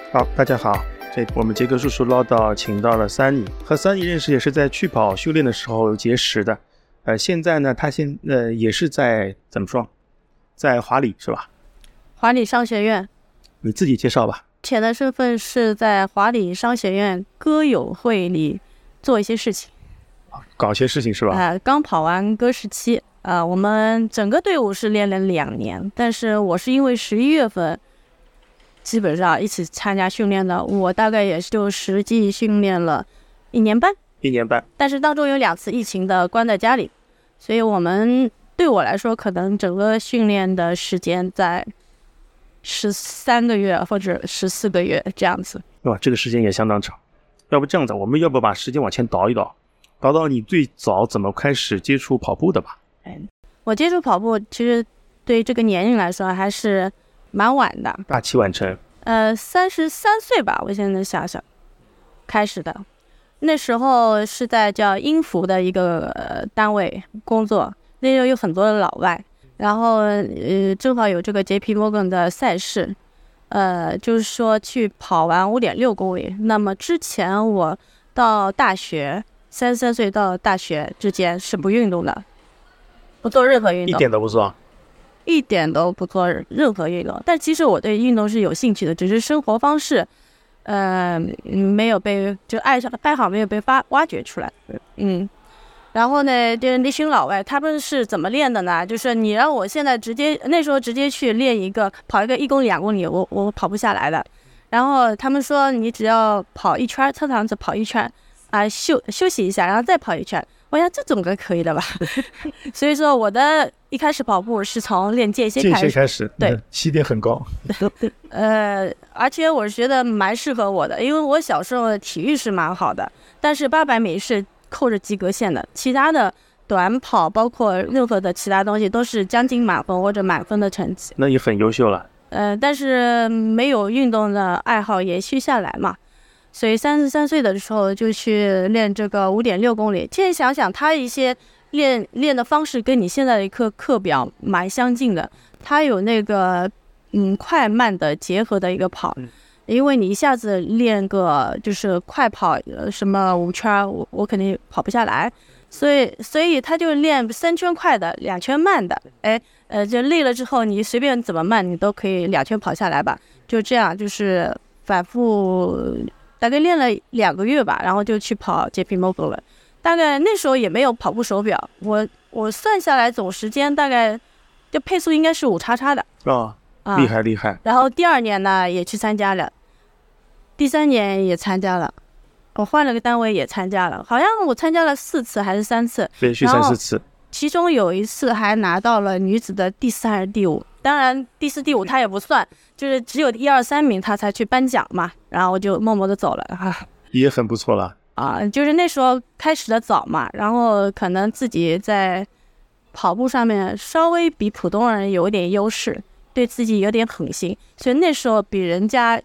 好，大家好，我们杰克叔叔唠叨请到了Sunny，和Sunny认识也是在趣跑训练的时候结识的。现在呢，他也是在怎么说，在华理是吧？ 华理商学院。 你自己介绍吧。 前的身份是在华理商学院歌友会里做一些事情， 搞些事情是吧？ 刚跑完歌17，我们整个队伍是练了2年，但是我是因为11月份基本上一起参加训练的，我大概也就实际训练了1年半。 1年半， 但是当中有2次疫情的关在家里，所以对我来说，可能整个训练的时间在13个月或者14个月这样子。 哇，这个时间也相当长。要不这样子，我们要不把时间往前倒一倒，倒到你最早怎么开始接触跑步的吧？ 我接触跑步其实对这个年龄来说还是蛮晚的， 大器晚成。 33岁吧，我现在想想开始的。那时候是在叫英孚的一个单位工作，那时候有很多的老外，然后正好有这个 JP Morgan 的赛事，就是说去跑完5.6公里。那么之前我到大学33岁到大学之间是不运动的，不做任何运动， 一点都不做， 一点都不做任何运动。但其实我对运动是有兴趣的，只是生活方式没有被爱好没有被挖掘出来。然后呢，就是那群老外他们是怎么练的呢？就是你让我现在那时候直接去练跑一个1公里2公里，我跑不下来的。然后他们说你只要跑一圈，侧躺着跑一圈休息一下，然后再跑一圈。我想这总归可以的吧。所以说我的一开始跑步是从练间歇开始，对， 起点很高。 而且我觉得蛮适合我的，因为我小时候的体育是蛮好的，但是800米是扣着及格线的，其他的短跑包括任何的其他东西都是将近满分或者满分的成绩。 那也很优秀了。 但是没有运动的爱好延续下来嘛，所以33岁的时候就去练这个5.6公里。现在想想，他一些练的方式跟你现在的一个课表蛮相近的，他有那个快慢的结合的一个跑。因为你一下子练个就是快跑什么5圈，我肯定跑不下来，所以他就练3圈快的2圈慢的，就累了之后你随便怎么慢你都可以2圈跑下来吧，就这样就是反复大概练了2个月吧，然后就去跑 JP Morgan 了。大概那时候也没有跑步手表，我算下来总时间大概就配速应该是5XX的。 厉害厉害。 然后第2年呢也去参加了，第3年也参加了，我换了个单位也参加了，好像我参加了4次还是3次， 连续3、4次， 其中有一次还拿到了女子的第4还是第5，当然第4、第5他也不算，就是只有1、2、3名他才去颁奖嘛，然后我就默默的走了也很不错了就是那时候开始的早嘛，然后可能自己在跑步上面稍微比普通人有一点优势，对自己有点狠心，所以那时候比人家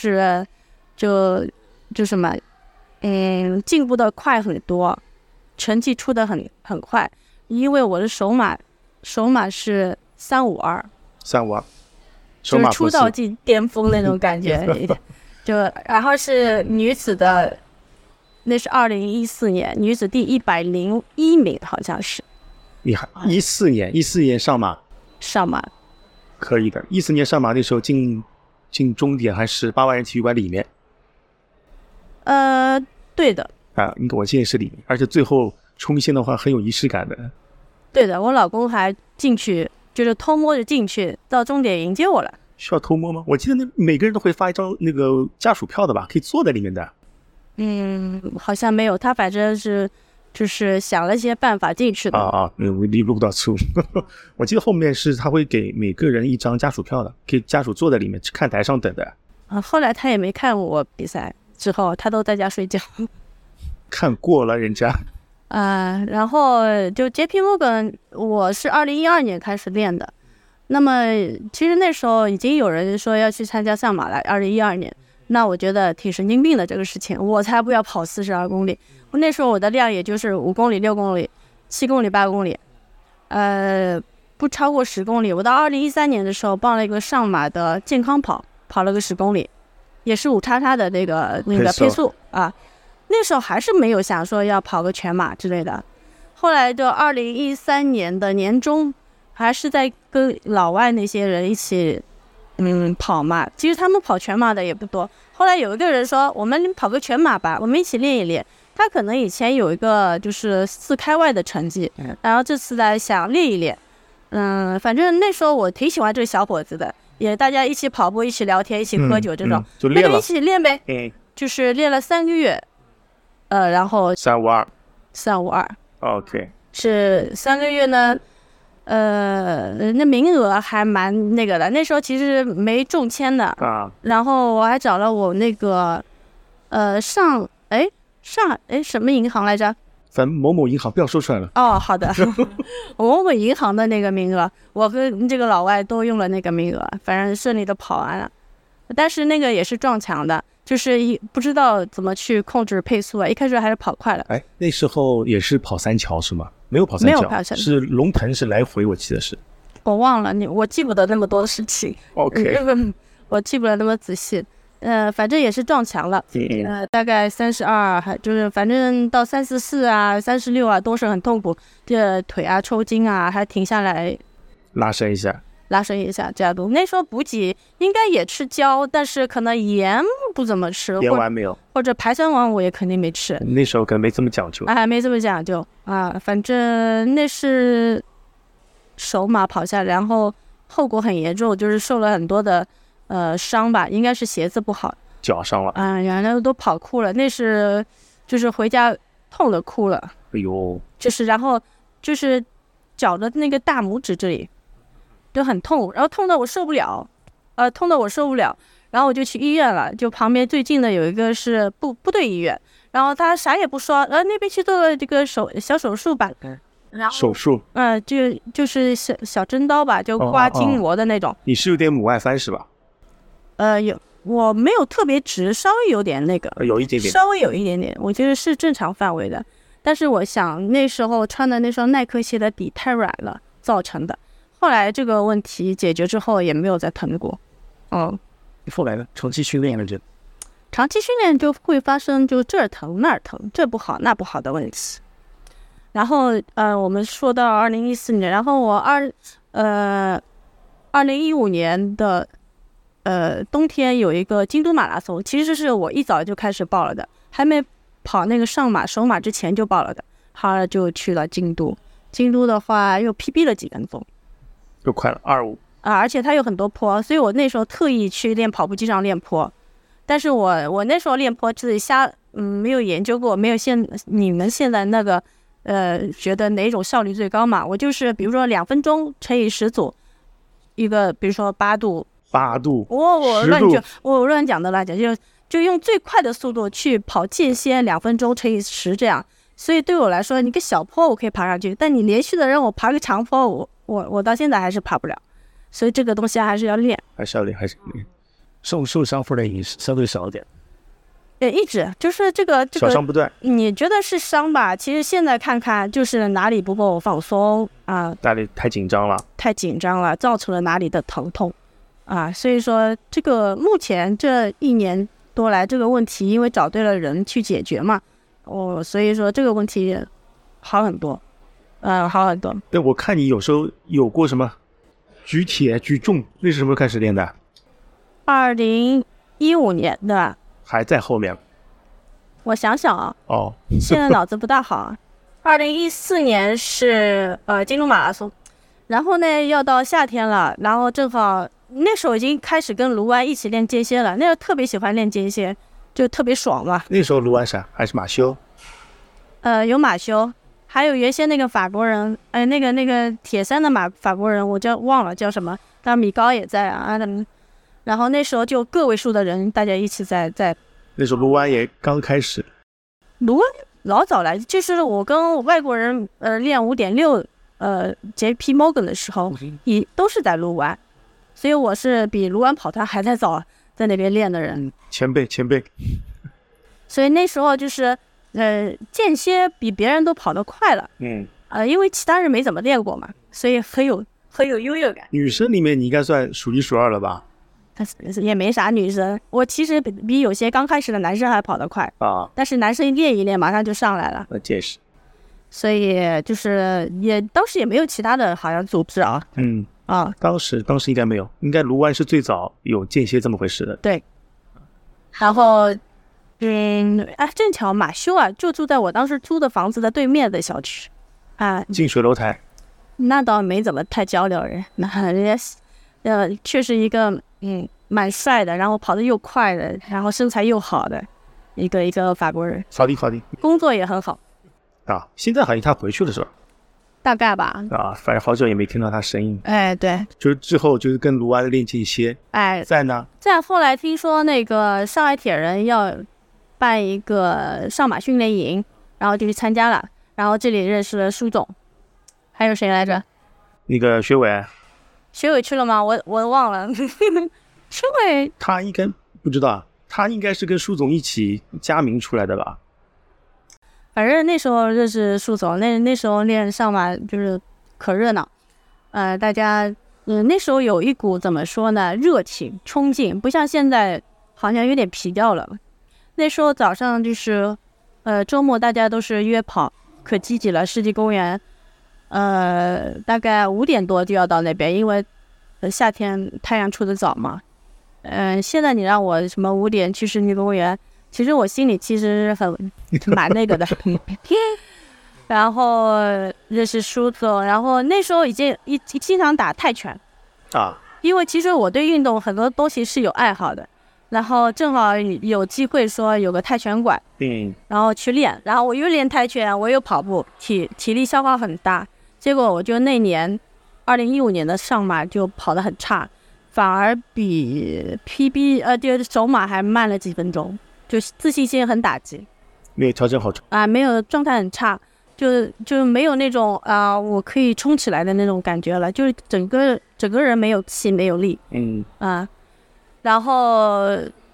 就什么进步的快很多，成绩出的很快，因为我的首马是352， 就是出道即巅峰那种感觉然后是女子的，那是2014年女子第101名，好像是。 厉害！14年上马可以的。14年上马那时候进终点还是8万人体育馆里面。 对的。 我记得是里面，而且最后冲线的话很有仪式感的。 对的，我老公还进去，就是偷摸着进去，到终点迎接我了。 需要偷摸吗？我记得每个人都会发一张那个家属票的吧，可以坐在里面的。 好像没有，他反正是就是想了一些办法进去的。 离不到出。我记得后面是他会给每个人一张家属票的，可以家属坐在里面看台上等的。 后来他也没看我比赛，之后他都在家睡觉。 看过了人家。 然后就 JP Morgan 我是2012年开始练的，那么其实那时候已经有人说要去参加赛马了，2012年，那我觉得挺神经病的这个事情，我才不要跑42公里，那时候我的量也就是5公里、6公里、7公里、8公里，不超过10公里。我到2013年的时候报了一个上马的健康跑，跑了个10公里， 也是5XX的那个配速啊。那时候还是没有想说要跑个全马之类的。后来就2013年的年中，还是在跟老外那些人一起跑嘛。其实他们跑全马的也不多。后来有一个人说，我们跑个全马吧，我们一起练一练。他可能以前有一个就是4开外的成绩，然后这次来想练一练。反正那时候我挺喜欢这个小伙子的，也大家一起跑步，一起聊天，一起喝酒这种， 就练了， 那就一起练呗。就是练了3个月，然后352。 OK， 是3个月呢，那名额还蛮那个的。那时候其实没中签的啊。然后我还找了我那个，什么银行来着？ 反正某某银行不要说出来了。 哦，好的，某某银行的那个名额，我跟这个老外都用了那个名额，反正顺利的跑完了。但是那个也是撞墙的。就是不知道怎么去控制配速啊，一开始还是跑快了。 那时候也是跑3桥是吗？没有跑3桥，没有跑是龙腾是来回，我记得是。我忘了，我记不得那么多的事情。 OK， 我记不得那么仔细。反正也是撞墙了。大概32，就是反正到34啊、36啊都是很痛苦，这腿啊抽筋啊，还停下来拉伸一下这样子。那时候补给应该也吃胶，但是可能盐不怎么吃， 盐丸没有， 或者排酸丸我也肯定没吃。 那时候可能没这么讲究没这么讲究啊。反正那是首马跑下来，然后后果很严重，就是受了很多的伤吧，应该是鞋子不好， 脚伤了。 原来都跑哭了，那是就是回家痛的哭了。 哎呦， 就是然后就是脚的那个大拇指这里就很痛，然后痛到我受不了，然后我就去医院了，就旁边最近的有一个是部队医院，然后他啥也不说，那边去做了这个小手术吧，然后手术， 就是小针刀吧，就刮筋膜的那种。 你是有点母外翻是吧？ 我没有特别直，稍微有点那个，稍微有一点点，我觉得是正常范围的。但是我想那时候穿的那双耐克鞋的底太软了造成的。后来这个问题解决之后也没有再疼过。 后来呢？长期训练就会发生就这儿疼那儿疼，这不好那不好的问题。然后我们说到2014年，然后我2015年的冬天有一个京都马拉松，其实是我一早就开始报了的，还没跑那个上马首马之前就报了的。后来就去了京都的话又 PB 了几分钟， 又快了25 而且它有很多坡，所以我那时候特意去练跑步机上练坡。但是我那时候练坡自己没有研究过，没有你们现在那个觉得哪种效率最高嘛？我就是比如说2分钟乘以10组，一个比如说8度，我乱讲的就用最快的速度去跑间歇2分钟乘以10这样。所以对我来说，你个小坡我可以爬上去，但你连续的让我爬个长坡，我到现在还是爬不了。所以这个东西还是要练， 受伤或者也相对少一点。 一直就是这个小伤不断。 你觉得是伤吧？其实现在看看就是哪里不够放松哪里太紧张了， 造成了哪里的疼痛所以说这个目前这1年多来这个问题，因为找对了人去解决嘛，所以说这个问题好很多，好很多。 对，我看你有时候有过什么举铁举重，那是什么时候开始练的 ？2015年的， 还在后面。 我想想现在脑子不大好。2014年是京都马拉松，然后呢要到夏天了，然后正好那时候已经开始跟卢湾一起练间歇了，那时候特别喜欢练间歇，就特别爽嘛。 那时候卢湾啥还是马修？ 有马修，还有原先那个法国人，那个铁三的法国人，我忘了叫什么，但米高也在然后那时候就个位数的人，大家一起在。 那时候卢湾也刚开始。 卢湾老早来，就是我跟外国人练5.6JP Morgan 的时候，也都是在卢湾，所以我是比卢湾跑团还在早在那边练的人。 前辈。 所以那时候就是间歇比别人都跑得快了。因为其他人没怎么练过嘛，所以很有优越感。 女生里面你应该算数1数2了吧？ 也没啥女生。我其实比有些刚开始的男生还跑得快啊， 但是男生练一练马上就上来了。 那见识。 所以就是当时也没有其他的好像组织啊。当时应该没有，应该卢湾是最早有间歇这么回事的。 对。然后正巧马修啊就住在我当时租的房子的对面的小区啊， 近水楼台。 那倒没怎么太交流人，那人家却是一个蛮帅的，然后跑得又快的，然后身材又好的一个法国人。 好的， 工作也很好啊。现在好像他回去了是吧？ 大概吧。 啊，反正好久也没听到他声音。 哎，对， 就是之后就是跟卢湾练间歇。 哎， 再后来听说那个上海铁人要办一个上马训练营，然后就去参加了，然后这里认识了舒总，还有谁来着？ 那个学伟去了吗？我忘了。学伟他应该不知道，他应该是跟舒总一起加名出来的吧。 反正那时候认识舒总，那时候练上马就是可热闹，大家那时候有一股怎么说呢，热情冲劲，不像现在好像有点疲掉了。那时候早上就是周末大家都是约跑，可积极了，世纪公园大概5点多就要到那边，因为夏天太阳出得早嘛。现在你让我什么5点去世纪公园，其实我心里其实蛮那个的。然后认识舒总，然后那时候已经经常打泰拳啊， 因为其实我对运动很多东西是有爱好的，然后正好有机会说有个泰拳馆，然后去练，然后我又练泰拳，我又跑步，体力消耗很大，结果我就那年2015年的上马就跑得很差，反而比 PB 就首马还慢了几分钟，就自信心很打击。 没有调整好啊，没有，状态很差，就没有那种我可以冲起来的那种感觉了，就是整个人没有气没有力。然后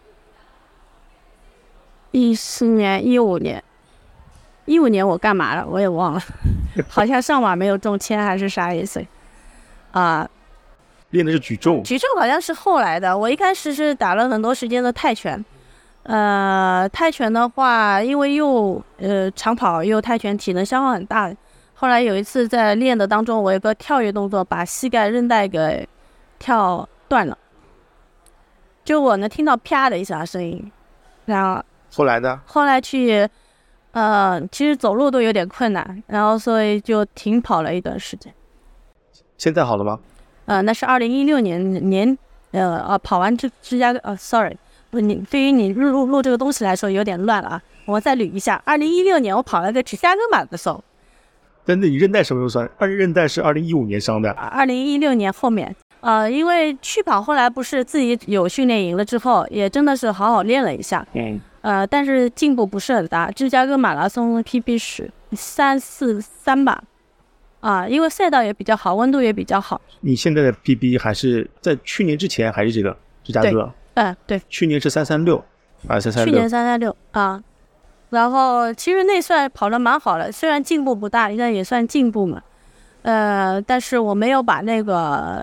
14年15年我干嘛了我也忘了，好像上马没有中签还是啥意思啊？ 练的是举重好像是后来的，我一开始是打了很多时间的泰拳。泰拳的话，因为又长跑又泰拳，体能消耗很大。后来有一次在练的当中，我有个跳跃动作，把膝盖韧带给跳断了，就我能听到啪的一下声音。然后后来呢？ 后来去其实走路都有点困难，然后所以就停跑了一段时间。 现在好了吗？ 那是2016年跑完芝加哥sorry。你对于你录这个东西来说有点乱了啊，我再捋一下。2016年我跑了个芝加哥马拉松。 但你韧带什么时候伤？韧带是2015年伤的。 2016年后面，因为去跑后来不是自己有训练营了之后，也真的是好好练了一下。但是进步不是很大。芝加哥马拉松 PB 是343吧。因为赛道也比较好，温度也比较好。 你现在的 PB 还是在去年之前还是这个芝加哥？ 对， 去年是336， 去年336啊。然后其实那算跑得蛮好了，虽然进步不大，但也算进步嘛。但是我没有把那个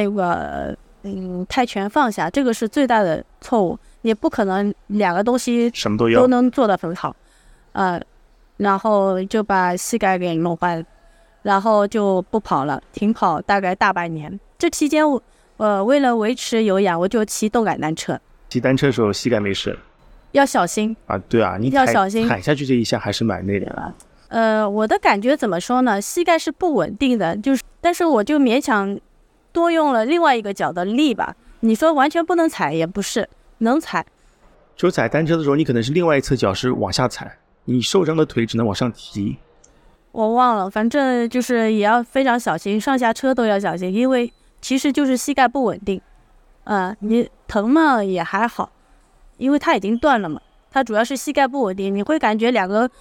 泰拳放下，这个是最大的错误。也不可能两个东西什么都能做得很好。然后就把膝盖给弄坏了，然后就不跑了，停跑大概大半年。这期间为了维持有氧，我就骑动感单车。 骑单车的时候膝盖没事， 要小心啊！对啊，你要小心， 踩下去这一下还是蛮那个的。 我的感觉怎么说呢？膝盖是不稳定的，但是我就勉强多用了另外一个脚的力吧。你说完全不能踩也不是，能踩。 就踩单车的时候，你可能是另外一侧脚是往下踩，你受伤的腿只能往上提。 我忘了，反正就是也要非常小心，上下车都要小心，因为其实就是膝盖不稳定。你疼嘛也还好，因为它已经断了嘛，它主要是膝盖不稳定，你会感觉两个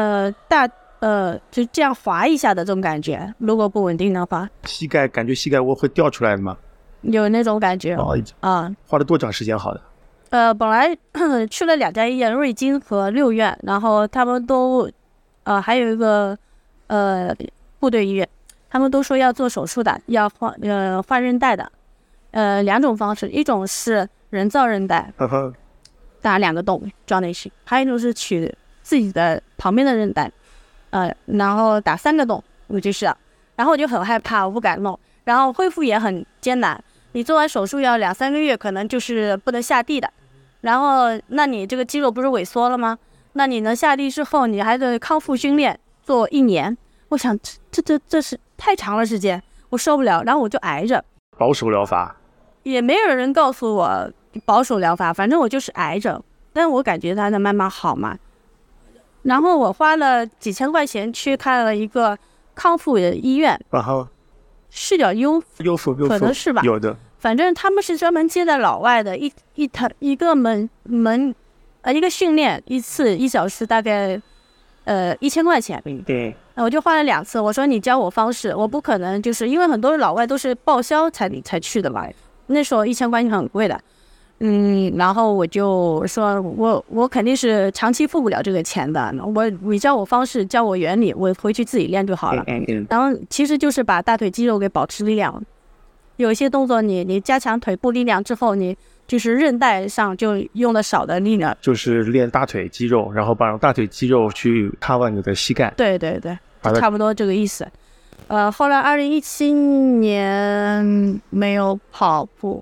就这样滑一下的这种感觉，如果不稳定的话。 感觉膝盖窝会掉出来的吗？ 有那种感觉花了多长时间好的？ 本来去了2家医院，瑞金和6院，然后他们都还有一个部队医院，他们都说要做手术的，要换韧带的。 两种方式，一种是人造韧带，打2个洞装进去，还有一种是取自己的旁边的韧带，然后打3个洞，我就是，然后我就很害怕，我不敢弄，然后恢复也很艰难，你做完手术要2-3个月，可能就是不能下地的，然后那你这个肌肉不是萎缩了吗？那你能下地之后，你还得康复训练做1年，我想这是太长了时间，我受不了，然后我就挨着。 保守疗法也没有人告诉我保守疗法，反正我就是挨着，但我感觉它在慢慢好嘛。然后我花了几千块钱去看了一个康复的医院， 然后是叫优复可能是吧， 有的， 反正他们是专门接待老外的，一个一个训练一次1小时大概1000块钱。 对， 我就换了2次。我说你教我方式，我不可能就是因为很多老外都是报销才去的嘛，那时候1000块钱很贵的。然后我就说我肯定是长期付不了这个钱的，你教我方式，教我原理，我回去自己练就好了。然后其实就是把大腿肌肉给保持力量，有一些动作你加强腿部力量之后，你就是韧带上就用的少的力量， 就是练大腿肌肉，然后把大腿肌肉去 cover 你的膝盖。 对，差不多这个意思。后来2017年没有跑步，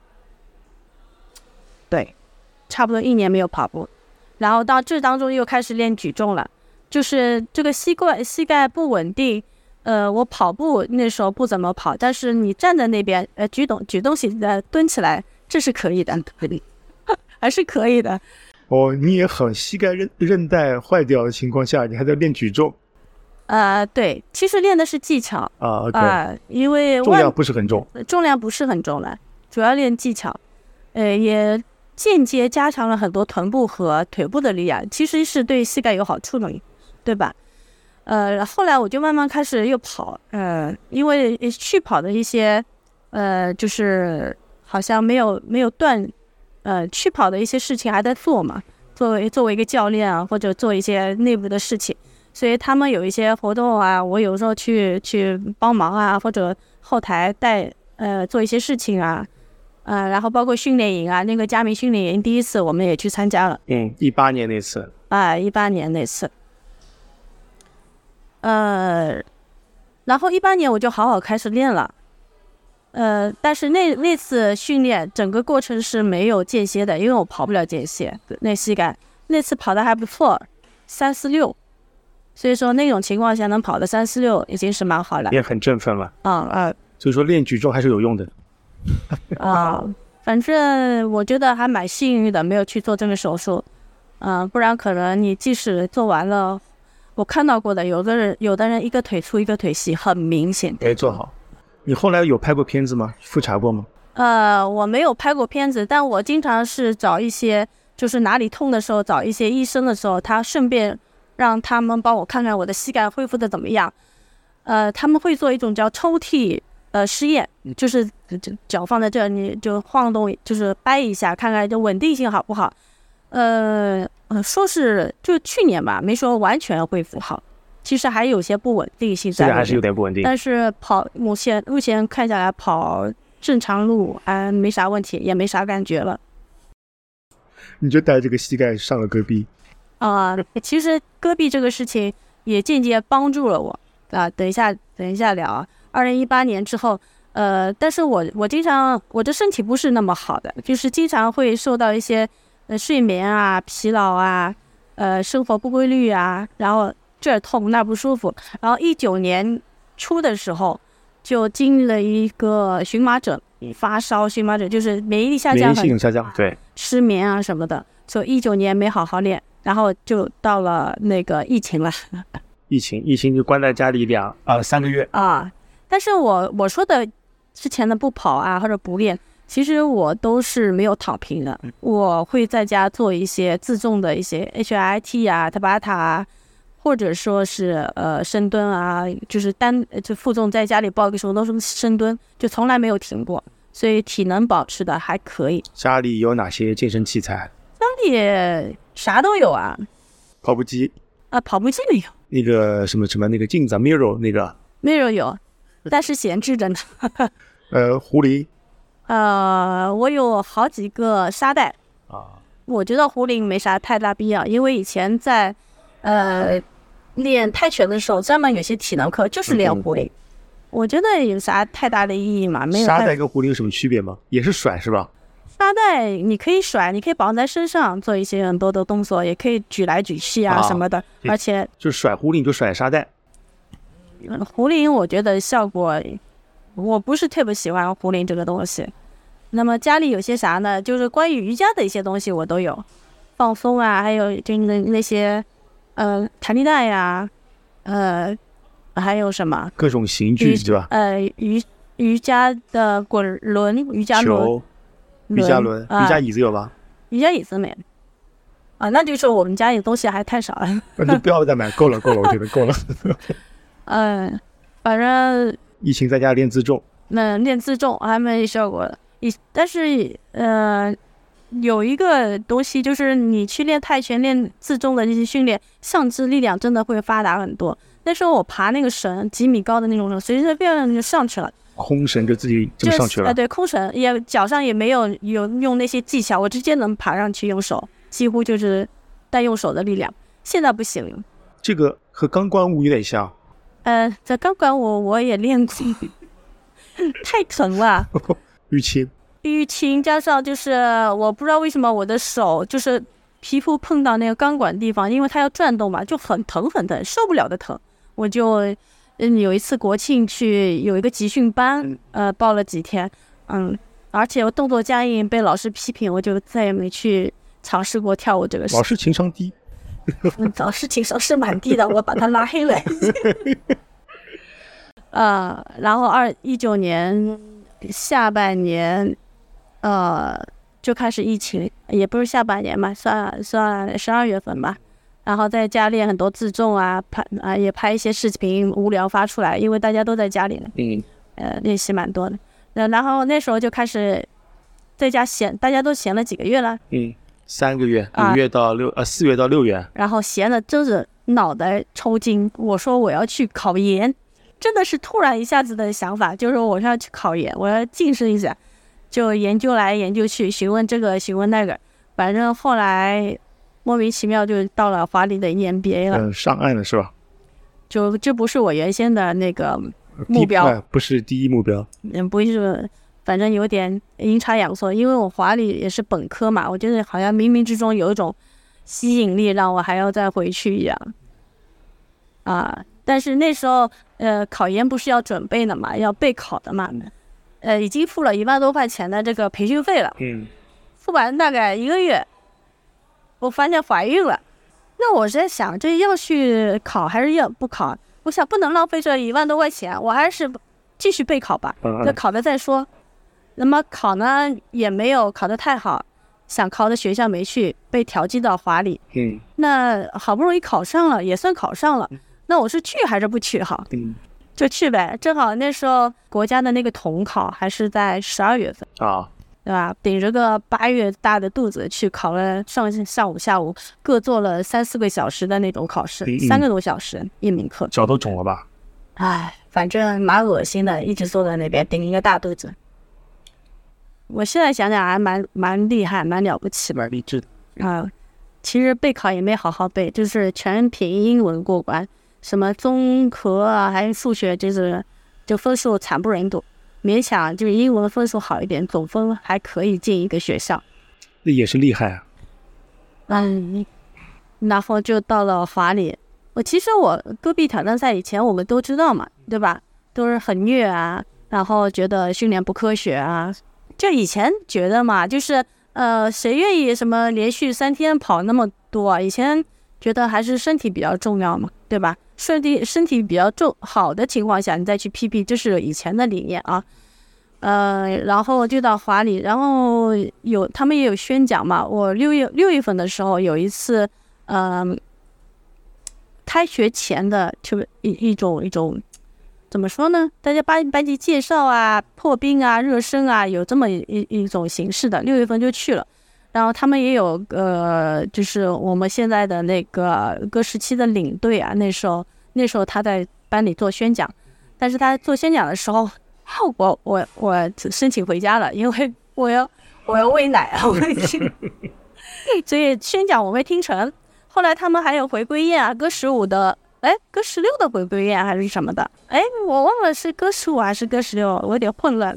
对，差不多1年没有跑步，然后到这当中又开始练举重了，就是这个膝盖不稳定。我跑步那时候不怎么跑，但是你站在那边，举东西蹲起来，这是可以的，还是可以的。 你也很膝盖韧带坏掉的情况下，你还在练举重？ 对，其实练的是技巧 ，OK， 因为重量不是很重， 重量不是很重了，主要练技巧，也间接加强了很多臀部和腿部的力量，其实是对膝盖有好处的，对吧？后来我就慢慢开始又跑，因为去跑的一些，就是好像没有断，去跑的一些事情还在做嘛，作为一个教练啊，或者做一些内部的事情，所以他们有一些活动啊，我有时候去帮忙啊，或者后台带做一些事情啊，然后包括训练营啊，那个佳明训练营第1次我们也去参加了 ，18年那次 ，18年那次。然后18年我就好好开始练了，但是那次训练整个过程是没有间歇的，因为我跑不了间歇，那膝盖那次跑的还不错，346，所以说那种情况下能跑的346已经是蛮好了， 也很振奋了。所以说练举重还是有用的。 反正我觉得还蛮幸运的，没有去做这个手术，不然可能你即使做完了。我看到过的，有的人一个腿粗一个腿细，很明显。 没做好。你后来有拍过片子吗？复查过吗？ 我没有拍过片子，但我经常是找一些，就是哪里痛的时候找一些医生的时候，他顺便让他们帮我看看我的膝盖恢复的怎么样。他们会做一种叫抽屉试验，就是脚放在这，你就晃动，就是掰一下，看看这稳定性好不好。说是就去年吧，没说完全恢复好，其实还有些不稳定性在， 现在还是有点不稳定。 但是目前看下来跑正常路没啥问题，也没啥感觉了。 你就带这个膝盖上了戈壁其实戈壁这个事情也间接帮助了我等一下聊2018年之后，但是我经常我的身体不是那么好的，就是经常会受到一些睡眠啊、疲劳啊、生活不规律啊，然后这儿痛那儿不舒服。然后19年初的时候，就经历了一个荨麻疹，发烧、荨麻疹就是免疫力下降， 免疫系统下降，对， 失眠啊什么的。所以19年没好好练，然后就到了那个疫情了。 疫情就关在家里3个月但是我说的之前的不跑啊或者不练。其实我都是没有躺平的，我会在家做一些自重的一些 HIIT 啊、塔巴塔啊，或者说是深蹲啊，就是就负重在家里抱个什么都是深蹲，就从来没有停过，所以体能保持的还可以。 家里有哪些健身器材？ 家里啥都有啊， 跑步机跑步机没有， 那个什么那个镜子Mirror 那个 Mirror 有，但是闲置着呢。 壶铃我有好几个沙袋啊。 我觉得壶铃没啥太大必要，因为以前在练泰拳的时候，专门有些体能课就是练壶铃，我觉得有啥太大的意义嘛？没有。 沙袋跟壶铃有什么区别吗？也是甩是吧？ 沙袋你可以甩，你可以绑在身上做一些很多的动作，也可以举来举去啊什么的，而且就是甩壶铃就甩沙袋。 壶铃我觉得效果，我不是特别喜欢壶铃这个东西。那么家里有些啥呢？就是关于瑜伽的一些东西我都有，放松啊，还有就那些弹力带呀，还有什么各种刑具对吧？ 瑜伽的滚轮、瑜伽轮、 瑜伽轮、瑜伽椅子有吧？ 瑜伽椅子没啊？那就是我们家里东西还太少了。 那就不要再买，够了，我觉得够了。 反正疫情在家练自重， 练自重还没效果的。但是有一个东西就是你去练泰拳练自重的这些训练，上肢力量真的会发达很多。那时候我爬那个绳几米高的那种绳，随随便便就上去了， 空绳就自己就上去了。 对，空绳也脚上也没有用那些技巧，我直接能爬上去，用手几乎就是单用手的力量。现在不行， 这个和钢管舞有点像。 在钢管舞我也练过，太疼了。淤青加上就是我不知道为什么我的手就是皮肤碰到那个钢管地方，因为它要转动嘛，就很疼，受不了的疼。我就有一次国庆去有一个集训班，报了几天，而且我动作僵硬被老师批评，我就再也没去尝试过跳舞这个事。 老师情商低。 老师情商是蛮低的，我把他拉黑了。然后2019年下半年，就开始疫情，也不是下半年嘛，算12月份吧。然后在家练很多自重啊，也拍一些视频，无聊发出来，因为大家都在家里了，练习蛮多的。然后那时候就开始在家闲，大家都闲了几个月了 ，3个月，4月到6月， 然后闲了真是脑袋抽筋。我说我要去考研，真的是突然一下子的想法，就是我要去考研，我要晋升一下，就研究来研究去，询问这个询问那个，反正后来莫名其妙就到了华理的 EMBA 了， 上岸了是吧？ 就这不是我原先的那个目标， 不是第一目标， 不是，反正有点阴差阳错，因为我华理也是本科嘛，我觉得好像冥冥之中有一种吸引力让我还要再回去一样但是那时候考研不是要准备的嘛，要备考的嘛，已经付了1万多块钱的这个培训费了，付完大概1个月，我发现怀孕了。那我在想，这要去考还是要不考？我想不能浪费这1万多块钱，我还是继续备考吧，那考了再说。那么考呢也没有考得太好，想考的学校没去，被调剂到华理。那好不容易考上了，也算考上了。那我是去还是不去好？就去呗。正好那时候国家的那个统考还是在12月份对吧？顶着个8月大的肚子去考了，上午下午各做了3-4个小时的那种考试，3个多小时一门课， 脚都肿了吧？ 反正蛮恶心的，一直坐在那边顶一个大肚子。我现在想想还蛮厉害，蛮了不起， 蛮励志的其实备考也没好好备，就是全凭英文过关，什么综合还有数学，就分数惨不忍睹。勉强就是英文分数好一点，总分还可以进一个学校， 那也是厉害然后就到了华理。其实我戈壁挑战赛以前我们都知道嘛，对吧？都是很虐然后觉得训练不科学就以前觉得嘛，就是谁愿意什么连续3天跑那么多以前觉得还是身体比较重要嘛，对吧？身体比较好的情况下，你再去 PP， 这是以前的理念然后就到华理，然后他们也有宣讲嘛。我6月份的时候有一次，开学前的就一种怎么说呢？大家班级介绍破冰热身有这么一种形式的。6月份就去了。然后他们也有就是我们现在的那个各时期的领队那时候他在班里做宣讲，但是他做宣讲的时候我申请回家了，因为我要喂奶啊，所以宣讲我没听成。后来他们还有回归宴啊，歌15的，歌16的回归宴还是什么的，我忘了是歌15还是歌16，我有点混乱。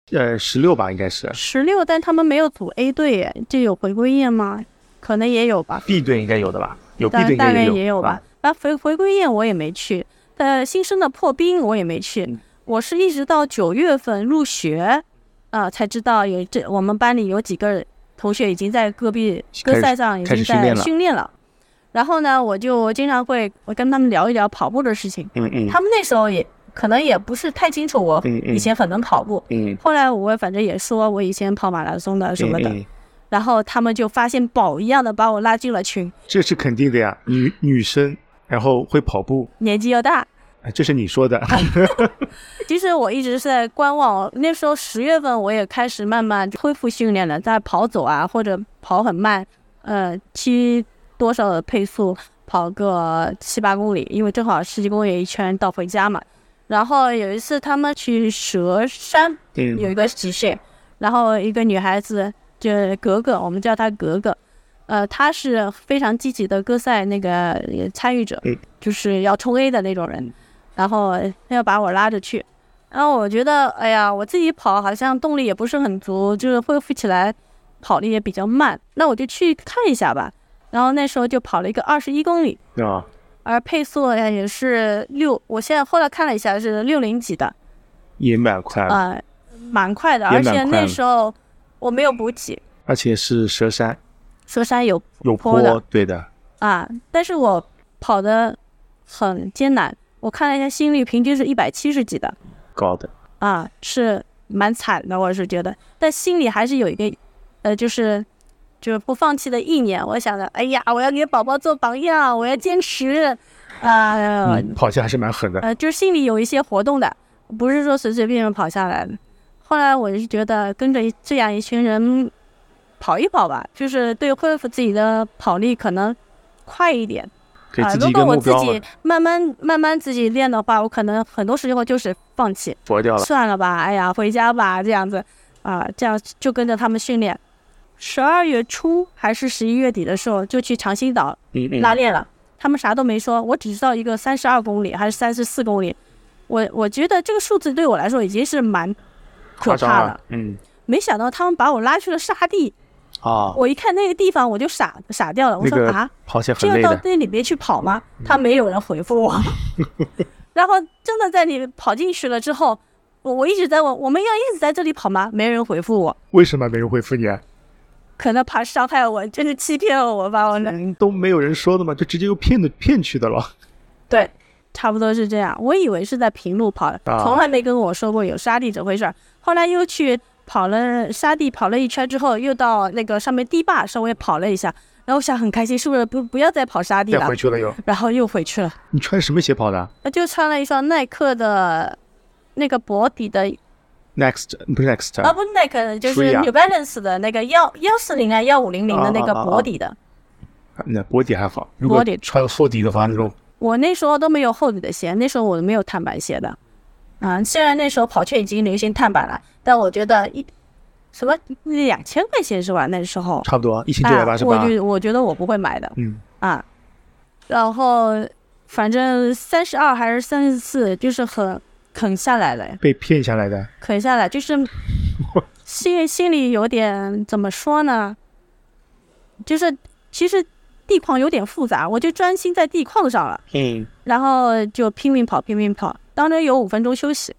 16吧，应该是 16，但他们没有组 A 队耶，这有回归宴吗？可能也有吧。 B 队应该有的吧，有 B 队应大概该也有吧。那回归宴我也没去，新生的破冰我也没去，我是一直到9月份入学才知道我们班里有几个同学已经在戈壁歌赛上已经在训练了。然后呢，我经常会跟他们聊一聊跑步的事情。他们那时候也可能也不是太清楚我以前很能跑步。后来我反正也说我以前跑马拉松的什么的。然后他们就发现宝一样的把我拉进了群。 这是肯定的呀，女生然后会跑步， 年纪又大， 这是你说的。 其实我一直是在观望，那时候10月份我也开始慢慢恢复训练了，在跑走啊，或者跑很慢，骑多少的配速跑个7、8公里，因为正好10几公里一圈到回家嘛。然后有一次他们去佘山有一个集训，然后一个女孩子就格格，我们叫她格格，她是非常积极的歌赛那个参与者，就是要冲 A 的那种人，然后要把我拉着去。然后我觉得哎呀，我自己跑好像动力也不是很足，就是恢复起来跑的也比较慢，那我就去看一下吧。然后那时候就跑了一个21公里，而配速也是我现在后来看了一下是60几的， 也蛮快的， 蛮快的，而且那时候我没有补给， 而且是佘山有坡的， 对的但是我跑得很艰难，我看了一下心率平均是170几的， 高的是蛮惨的，我是觉得，但心里还是有一个就是不放弃的意念。我想着哎呀，我要给宝宝做榜样，我要坚持跑下还是蛮狠的， 就是心里有一些活动的，不是说随随便便跑下来的。后来我是觉得跟着这样一群人跑一跑吧，就是对恢复自己的跑力可能快一点。如果我自己慢慢自己练的话，我可能很多时候就是放弃， 佛掉了， 算了吧，哎呀，回家吧，这样子这样就跟着他们训练。12月初还是11月底的时候就去长兴岛拉练了，他们啥都没说，我只知道一个32公里还是34公里，我觉得这个数字对我来说已经是蛮可怕了。没想到他们把我拉去了沙地我一看那个地方我就傻掉了，我说跑起来很累的， 这要到那里边去跑吗？他没有人回复我。然后真的在你跑进去了之后，我一直在问我们要一直在这里跑吗？没人回复我。 为什么没人回复你可能怕伤害我，就是欺骗我吧，我都没有人说的嘛，就直接又骗去的了。 对，差不多是这样。我以为是在平路跑的，从来没跟我说过有沙地这回事儿。后来又去跑了沙地，跑了一圈之后，又到那个上面堤坝稍微跑了一下，然后我想很开心，是不是不要再跑沙地了？ 再回去了又， 然后又回去了。 你穿什么鞋跑的？ 就穿了一双耐克的那个薄底的。 Next 不是 Next 不是 Nike， 就是 New Balance 的那个140啊1500的那个薄底的。 那薄底还好，如果穿厚底的话那种。我那时候都没有厚底的鞋，那时候我没有碳板鞋的。虽然那时候跑圈已经流行碳板了，但我觉得什么2000块钱是吧？那时候差不多1988。 我觉得我不会买的。然后反正32还是34，就是很啃下来了， 被骗下来的， 啃下来就是心里有点怎么说呢？就是其实地况有点复杂，我就专心在地况上了，然后就拼命跑，当然有5分钟休息。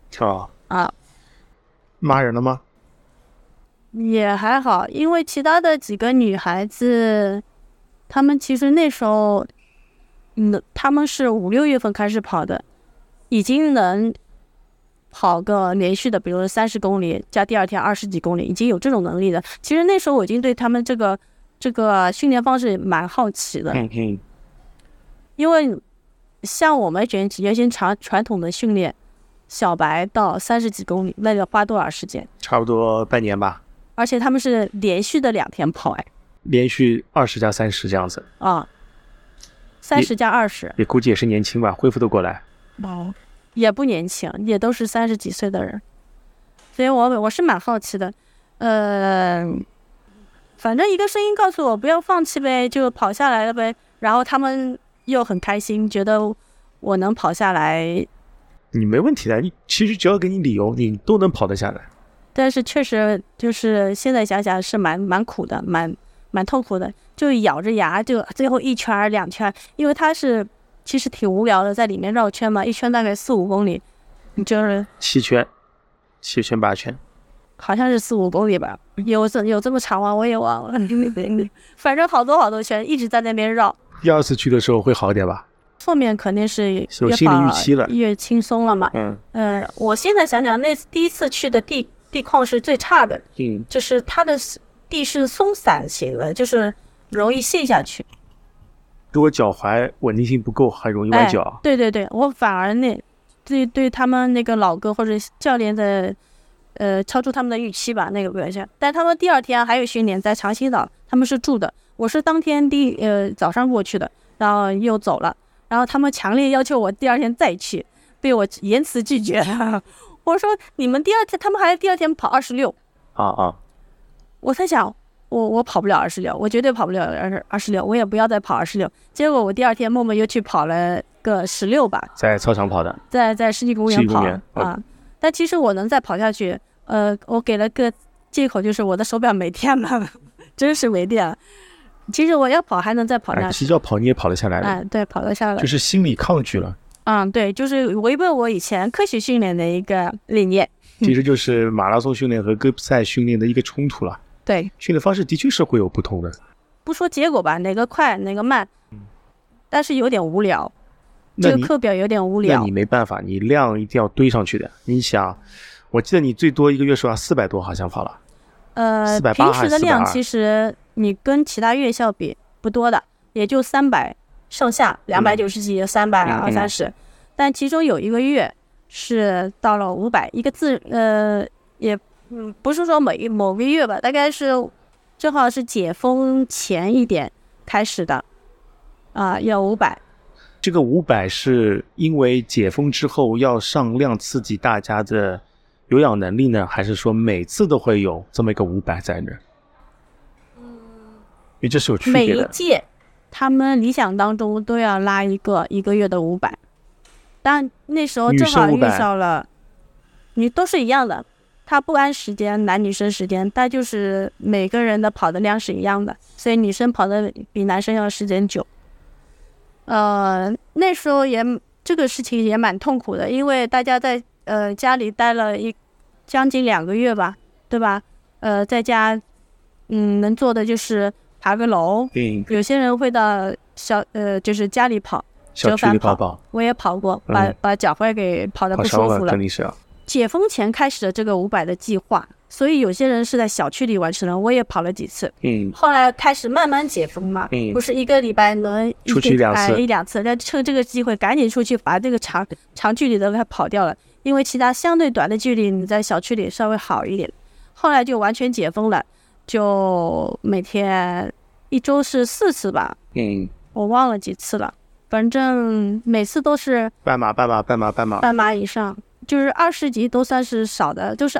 骂人了吗？ 也还好，因为其他的几个女孩子，她们其实那时候，她们是5、6月份开始跑的，已经能跑个连续的，比如说30公里加第二天20几公里，已经有这种能力的。其实那时候我已经对他们这个训练方式蛮好奇的，因为像我们原先传统的训练，小白到30几公里，那要花多少时间？ 差不多半年吧。 而且他们是连续的2天跑， 连续20加30这样子 30加20， 也估计也是年轻吧，恢复得过来。 也不年轻，也都是30几岁的人。 所以我是蛮好奇的。反正一个声音告诉我不要放弃呗，就跑下来了呗。然后他们又很开心，觉得我能跑下来。 你没问题的，你其实只要给你理由，你都能跑得下来。 但是确实就是现在想想是蛮苦的，蛮痛苦的，就咬着牙就最后1圈2圈，因为它是其实挺无聊的，在里面绕圈嘛，一圈大概4-5公里，就是 7圈8圈， 好像是4-5公里吧，有这么长吗？我也忘了，反正好多圈一直在那边绕。 第2次去的时候会好点吧？ 后面肯定是有心理预期了， 越轻松了嘛。我现在想想，那第一次去的地况是最差的，就是它的地是松散型的，就是容易陷下去。 如果脚踝稳定性不够，还容易崴脚。 对，我反而对他们那个老哥或者教练的超出他们的预期吧，那个表现。但他们第2天还有训练在长兴岛，他们是住的，我是当天早上过去的，然后又走了。然后他们强烈要求我第2天再去，被我严词拒绝了。我说你们第2天，他们还第2天跑26。我在想，我跑不了26，我绝对跑不了26，我也不要再跑26。结果我第2天默默又去跑了个16吧， 在操场跑的， 在世纪公园跑但其实我能再跑下去，我给了个借口，就是我的手表没电了，真是没电了。其实我要跑还能再跑下去， 其实要跑你也跑得下来了。 对，跑得下来， 就是心理抗拒了。 对，就是违背我以前科学训练的一个理念。 其实就是马拉松训练和戈壁赛训练的一个冲突了。 对， 训练方式的确是会有不同的。 不说结果吧，哪个快哪个慢，但是有点无聊。这个课表有点无聊。 那你没办法，你量一定要堆上去的。你想，我记得你最多一个月是要400多，好像跑了。 平时的量其实你跟其他院校比不多的，也就300上下，290几320-330，但其中有一个月是到了500，一个也不是说某个月吧，大概是正好是解封前一点开始的，要500。 这个500是因为解封之后要上量刺激大家的有氧能力呢，还是说每次都会有这么一个500在那？因为这是有区别的。 每一届他们理想当中都要拉一个月的500，但那时候正好遇上了，你都是一样的，他不按时间，男女生时间，但就是每个人的跑的量是一样的，所以女生跑的比男生要时间久。那时候这个事情也蛮痛苦的，因为大家在家里待了将近2个月吧，对吧？在家能做的就是爬个楼，有些人会到就是家里跑， 小区里跑， 我也跑过，把脚踝给跑得不舒服了。解封前开始的这个500的计划，所以有些人是在小区里完成了，我也跑了几次。后来开始慢慢解封嘛，不是1个礼拜能出去1-2 次，但趁这个机会赶紧出去把这个长距离的给跑掉了，因为其他相对短的距离你在小区里稍微好一点。后来就完全解封了，就每天1周是4次吧，我忘了几次了，反正每次都是半马以上。就是20级都算是少的，都是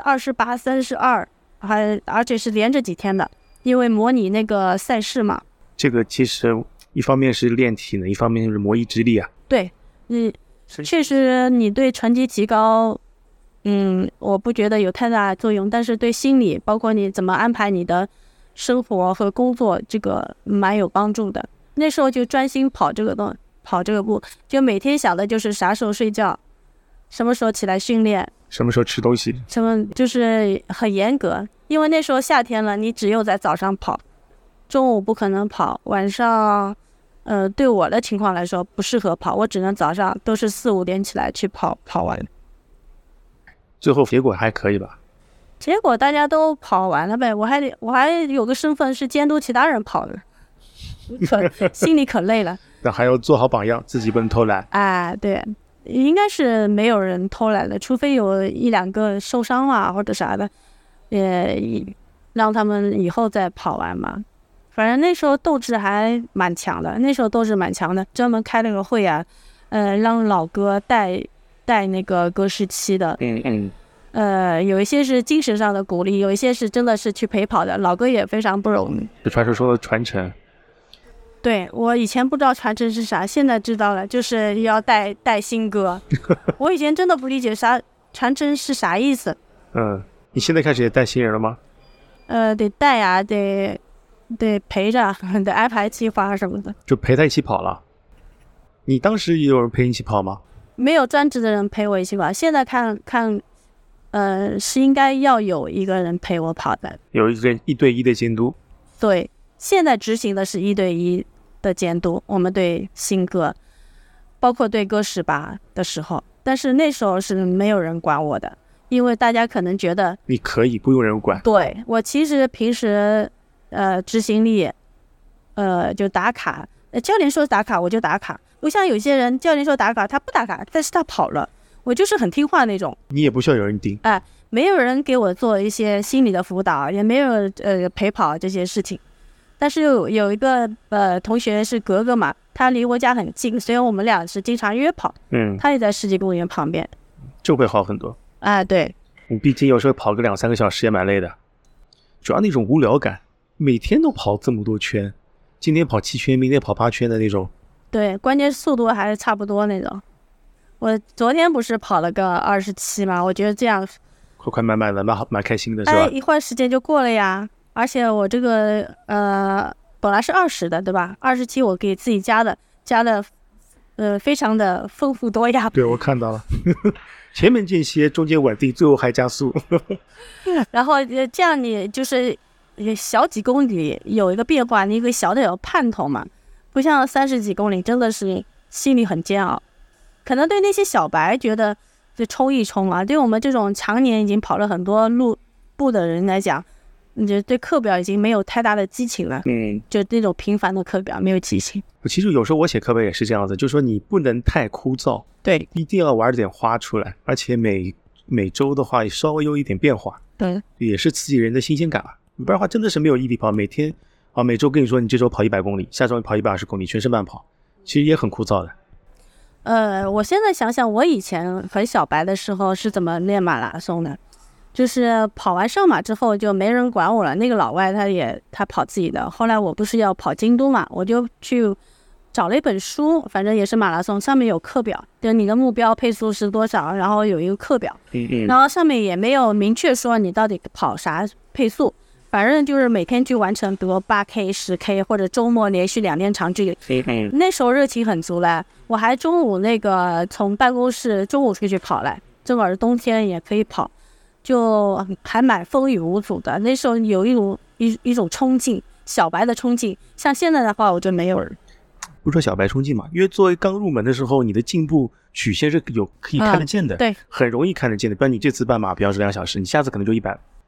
28、32，而且是连着几天的，因为模拟那个赛事嘛。 这个其实一方面是练体能，一方面是磨意志力啊。 对，确实你对成绩提高，我不觉得有太大作用，但是对心理，包括你怎么安排你的生活和工作，这个蛮有帮助的。那时候就专心跑这个步，就每天想的就是啥时候睡觉。什么时候起来训练， 什么时候吃东西， 就是很严格，因为那时候夏天了，你只有在早上跑，中午不可能跑，晚上对我的情况来说不适合跑，我只能早上都是4-5点起来去跑完。 最后结果还可以吧？ 结果大家都跑完了呗，我还有个身份是监督其他人跑的，心里可累了。 那还要做好榜样，自己不能偷懒。 对。应该是没有人偷懒的，除非有1-2个受伤了或者啥的，让他们以后再跑完嘛。反正那时候斗志还蛮强的，专门开了个会啊，让老哥带那个歌17的， 有一些是精神上的鼓励，有一些是真的是去陪跑的。老哥也非常不容易。 就传说中的传承。 对，我以前不知道传承是啥，现在知道了，就是要带新歌。我以前真的不理解传承是啥意思。 你现在开始也带新人了吗？ 得带呀，得陪着，得安排计划什么的。 就陪他一起跑了。你当时也有人陪你一起跑吗？ 没有专职的人陪我一起跑，现在看，是应该要有一个人陪我跑的， 有一个人1对1的监督。 对，现在执行的是1对1的监督，我们对新歌，包括对歌18的时候，但是那时候是没有人管我的，因为大家可能觉得你可以不用人管。 对，我其实平时执行力就打卡，教练说打卡我就打卡，不像有些人教练说打卡他不打卡，但是他跑了，我就是很听话那种。 你也不需要有人盯。 没有人给我做一些心理的辅导，也没有陪跑这些事情。但是有一个同学是格格嘛，他离我家很近，所以我们俩是经常约跑。他也在世纪公园旁边， 就会好很多。 对， 你毕竟有时候跑个2-3个小时也蛮累的，主要那种无聊感，每天都跑这么多圈，今天跑7圈，明天跑8圈的那种。 对，关键速度还是差不多那种。我昨天不是跑了个27吗？我觉得这样快快慢慢的，蛮开心的，是吧？ 一会儿时间就过了呀。而且我这个本来是20的，对吧？27我给自己加的非常的丰富多样。 对，我看到了。前面间歇，中间稳定，最后还加速。 然后这样你就是小几公里有一个变化，你可以小的有盼头嘛，不像30几公里真的是心里很煎熬。可能对那些小白觉得就冲一冲啊，对我们这种常年已经跑了很多步的人来讲，你就对课表已经没有太大的激情了。就那种平凡的课表没有激情。 其实有时候我写课表也是这样子，就是说你不能太枯燥， 对， 一定要玩点花出来，而且每周的话稍微有一点变化， 对， 也是刺激人的新鲜感吧。不然的话真的是没有毅力跑，每天每周跟你说你这周跑100公里，下周你跑120公里，全是慢跑，其实也很枯燥的。 我现在想想我以前很小白的时候是怎么练马拉松的，就是跑完上马之后就没人管我了，那个老外他跑自己的。后来我不是要跑京都嘛，我就去找了一本书，反正也是马拉松，上面有课表，就你的目标配速是多少，然后有一个课表，然后上面也没有明确说你到底跑啥配速，反正就是每天去完成，比如8K、10K 或者周末连续2天长距离。那时候热情很足了，我还中午从办公室中午出去跑来，正好是冬天也可以跑，就还蛮风雨无阻的。那时候有一种冲劲，小白的冲劲，像现在的话我就没有了。 不说小白冲劲嘛，因为作为刚入门的时候，你的进步曲线是可以看得见的， 对， 很容易看得见的。不然你这次半马比方是2小时，你下次可能就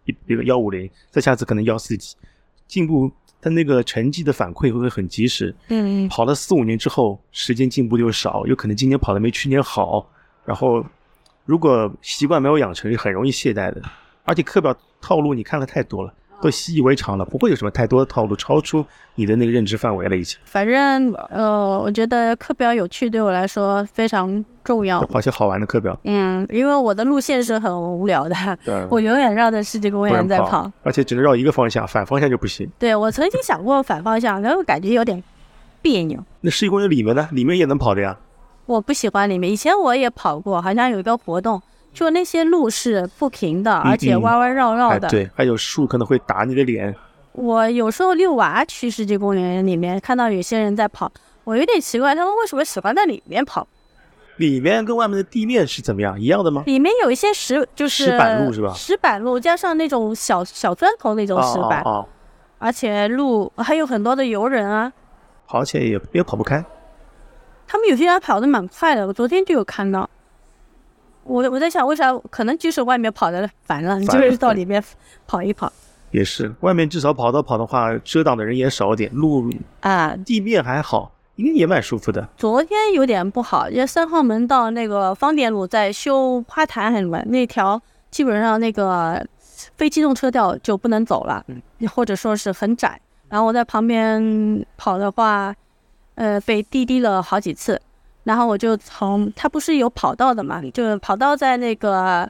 150，再下次可能140几，进步它那个成绩的反馈会很及时。跑了4-5年之后，时间进步就少，有可能今年跑的没去年好，然后如果习惯没有养成，是很容易懈怠的。而且课表套路你看的太多了，都习以为常了，不会有什么太多的套路超出你的那个认知范围了已经。 反正我觉得课表有趣对我来说非常重要， 跑些好玩的课表。 因为我的路线是很无聊的，我永远绕着世纪公园在跑， 而且只能绕一个方向，反方向就不行。 对，我曾经想过反方向，然后感觉有点别扭。 那世纪公园里面呢？里面也能跑的呀。 我不喜欢里面，以前我也跑过，好像有一个活动，就那些路是不平的，而且弯弯绕绕的。 对，还有树可能会打你的脸。 我有时候遛娃去世纪公园里面，看到有些人在跑，我有点奇怪，他们为什么喜欢在里面跑？ 里面跟外面的地面是怎么样？一样的吗？ 里面有一些石板路是吧？ 石板路加上那种小砖头那种石板，而且路还有很多的游人啊， 跑起来也跑不开。 他们有些人跑得蛮快的，我昨天就有看到。我在想为啥，可能就是外面跑的烦了，你就是到里面跑一跑。 也是，外面至少跑的话，遮挡的人也少点，路地面还好，应该也蛮舒服的。 昨天有点不好，因为3号门到那个方店路在修花坛很乱，那条基本上那个非机动车道就不能走了，或者说是很窄。然后我在旁边跑的话，被滴了好几次。然后我就它不是有跑道的嘛，就跑道在那个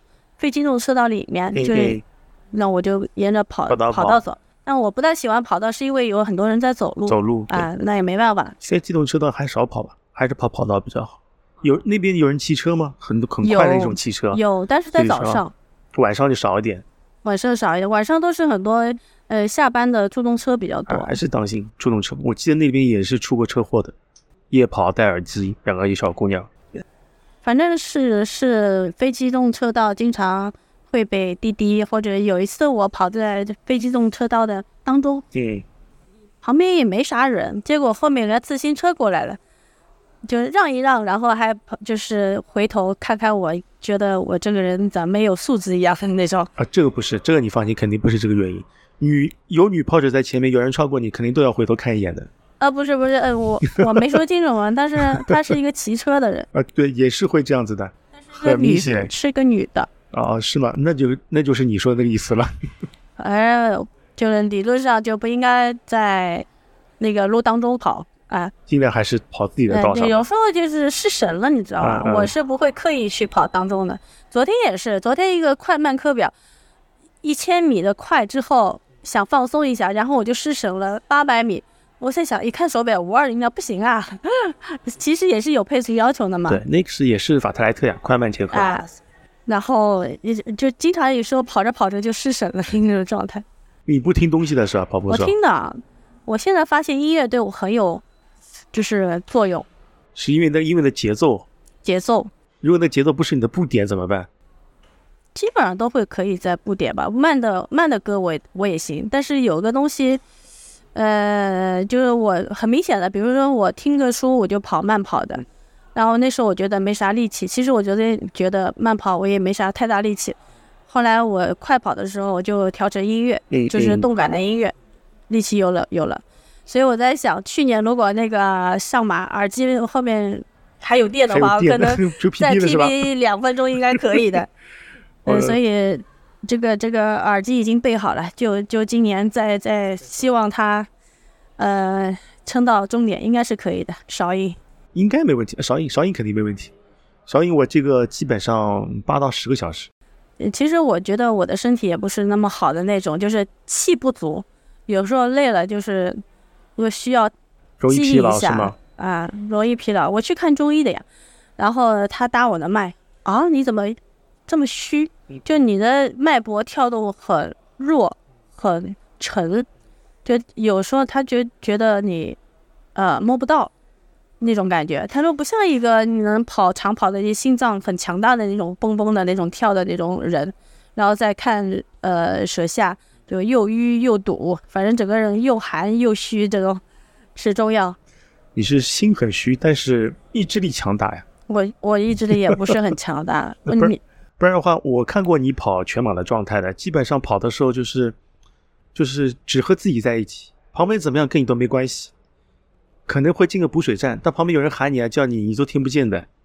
非机动车道里面，就是那我就沿着跑道走。但我不太喜欢跑道，是因为有很多人在走路啊，那也没办法。 现在机动车道还少跑吧，还是跑道比较好。那边有人骑车吗？很快的一种汽车。 有，但是在早上， 晚上就少一点。 晚上都是很多下班的助动车比较多。 还是当心助动车。我记得那边也是出过车祸的，夜跑戴耳机，两个小姑娘。 反正是非机动车道经常会被滴滴，或者有一次我跑在非机动车道的当中，旁边也没啥人，结果后面有辆自行车过来了，就让一让，然后还就是回头看看我，觉得我这个人咋没有素质一样的那种。 这个不是，这个你放心，肯定不是这个原因。有女跑者在前面，有人超过你，肯定都要回头看一眼的。 不是，我没说清楚嘛，但是他是一个骑车的人。 对，也是会这样子的，很明显是个女的。 是吗？那就是你说的那个意思了。 就是理论上就不应该在那个路当中跑啊， 尽量还是跑自己的道上。 有时候就是失神了，你知道吧？我是不会刻意去跑当中的。昨天也是，昨天一个快慢课表，1000米的快之后想放松一下，然后我就失神了，800米。我在想，一看手表520了，不行啊！其实也是有配速要求的嘛。 对，那个也是法特莱特呀，快慢结合。 然后就经常有时候跑着跑着就失神了那种状态。 你不听东西的是吧？跑步的时候？ 我听的。我现在发现音乐对我很有就是作用。 是因为的节奏。如果那节奏不是你的步点怎么办？ 基本上都会可以在步点吧，慢的歌我也行，但是有个东西。就是我很明显的，比如说我听个书我就跑慢跑的，然后那时候我觉得没啥力气，其实我觉得慢跑我也没啥太大力气，后来我快跑的时候我就调成音乐，就是动感的音乐，力气有了，所以我在想，去年如果那个上马耳机后面还有电的话，可能再 PB 2分钟应该可以的。所以这个耳机已经备好了，就今年再希望它撑到终点，应该是可以的。韶音应该没问题，韶音肯定没问题。韶音我这个基本上8到10个小时。 其实我觉得我的身体也不是那么好的那种，就是气不足，有时候累了就是我需要容易疲劳是吗？ 容易疲劳。我去看中医的呀，然后他搭我的脉你怎么这么虚？就你的脉搏跳动很弱很沉，就有时候他觉得你摸不到那种感觉，他说不像一个你能长跑的心脏很强大的那种蹦蹦的那种跳的那种人，然后再看舌下就又淤又堵，反正整个人又寒又虚，这种是中药。 你是心很虚，但是意志力强大呀。 我意志力也不是很强大。 不然的话，我看过你跑全马的状态的，基本上跑的时候就是只和自己在一起，旁边怎么样跟你都没关系，可能会进个补水站，但旁边有人喊你啊叫你，你都听不见的。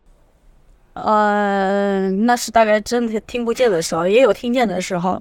那是大概真的听不见的时候，也有听见的时候。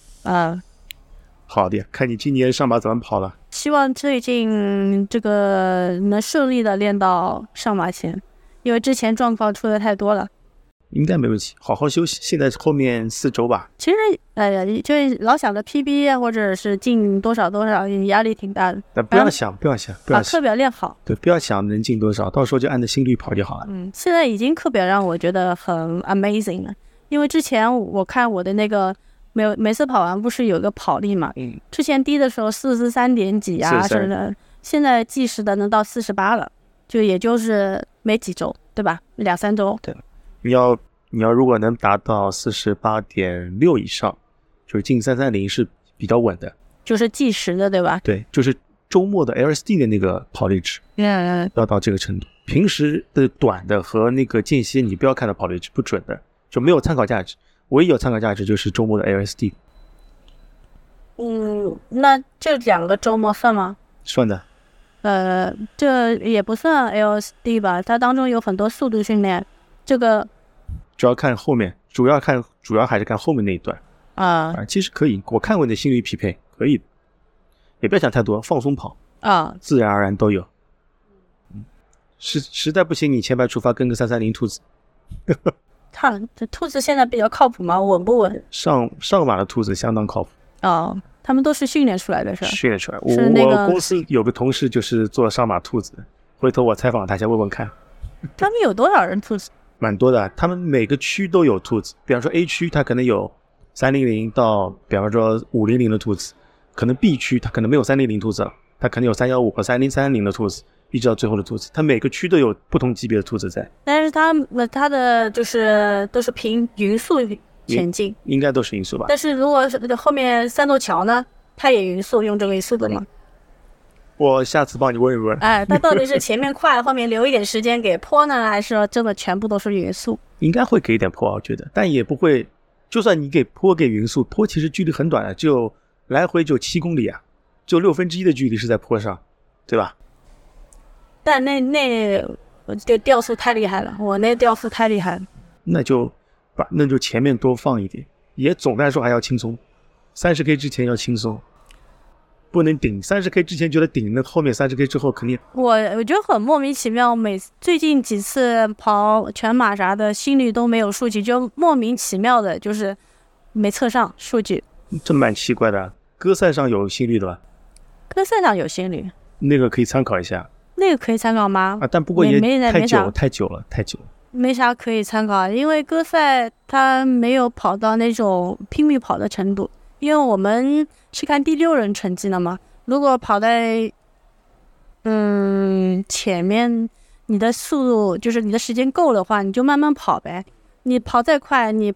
好的，看你今年上马怎么跑了。 希望最近这个能顺利的练到上马前，因为之前状况出的太多了。 应该没问题，好好休息。现在后面4周吧。 其实就是老想着 PB 或者是进多少压力挺大的。 但不要想把课表练好。 对，不要想能进多少，到时候就按着心率跑就好了。 现在已经课表让我觉得很 amazing 了，因为之前我看我的那个每次跑完不是有个跑力嘛，之前低的时候43点几啊什么的，现在计时的能到48了，就也就是没几周，对吧？2-3周。 对。你要如果能达到48.6以上，就是进330是比较稳的， 就是计时的，对吧？ 对，就是周末的 LSD 的那个跑力值，要到这个程度。平时的短的和那个间歇，你不要看到跑力值不准的，就没有参考价值。唯一有参考价值就是周末的 LSD。 那这2个周末算吗？ 算的。 这也不算 LSD 吧？它当中有很多速度训练。这个主要看后面，主要还是看后面那一段其实可以，我看过你的心率匹配，可以的，也不要想太多，放松跑自然而然都有。实在不行，你前排出发跟个330兔子。 这兔子现在比较靠谱吗？稳不稳？ 上马的兔子相当靠谱。 哦，他们都是训练出来的是吧？ 训练出来。 是那个我公司有个同事就是做上马兔子的，回头我采访他一下问问看。 他们有多少人兔子？ 蛮多的，他们每个区都有兔子。比方说 A 区，它可能有300到比方说500的兔子，可能 B 区它可能没有300兔子了，它可能有315和3030的兔子，一直到最后的兔子。它每个区都有不同级别的兔子在。 但是它的就是都是凭匀速前进， 应该都是匀速吧？ 但是如果是后面3座桥呢，它也匀速，用这个速度吗？ 我下次帮你问一问。 哎，它到底是前面快，后面留一点时间给坡呢，还是说真的全部都是匀速？ 应该会给一点坡，我觉得，但也不会。就算你给坡给匀速，坡其实距离很短的，就来回就7公里啊，就1/6的距离是在坡上，对吧？ 但我这调速太厉害了，我那调速太厉害了。 那就前面多放一点，也总的来说还要轻松，30K 之前要轻松。不能顶30K 之前觉得顶，那后面30K 之后肯定。 我觉得很莫名其妙，最近几次跑全马啥的心率都没有数据，就莫名其妙的就是没测上数据。 这蛮奇怪的。歌赛上有心率的吧？ 歌赛上有心率， 那个可以参考一下。 那个可以参考吗？ 但不过也太久了。 没啥可以参考，因为歌赛它没有跑到那种拼命跑的程度。因为我们是看第6人成绩的嘛，如果跑在前面，你的速度就是你的时间够的话，你就慢慢跑呗。你跑再快，你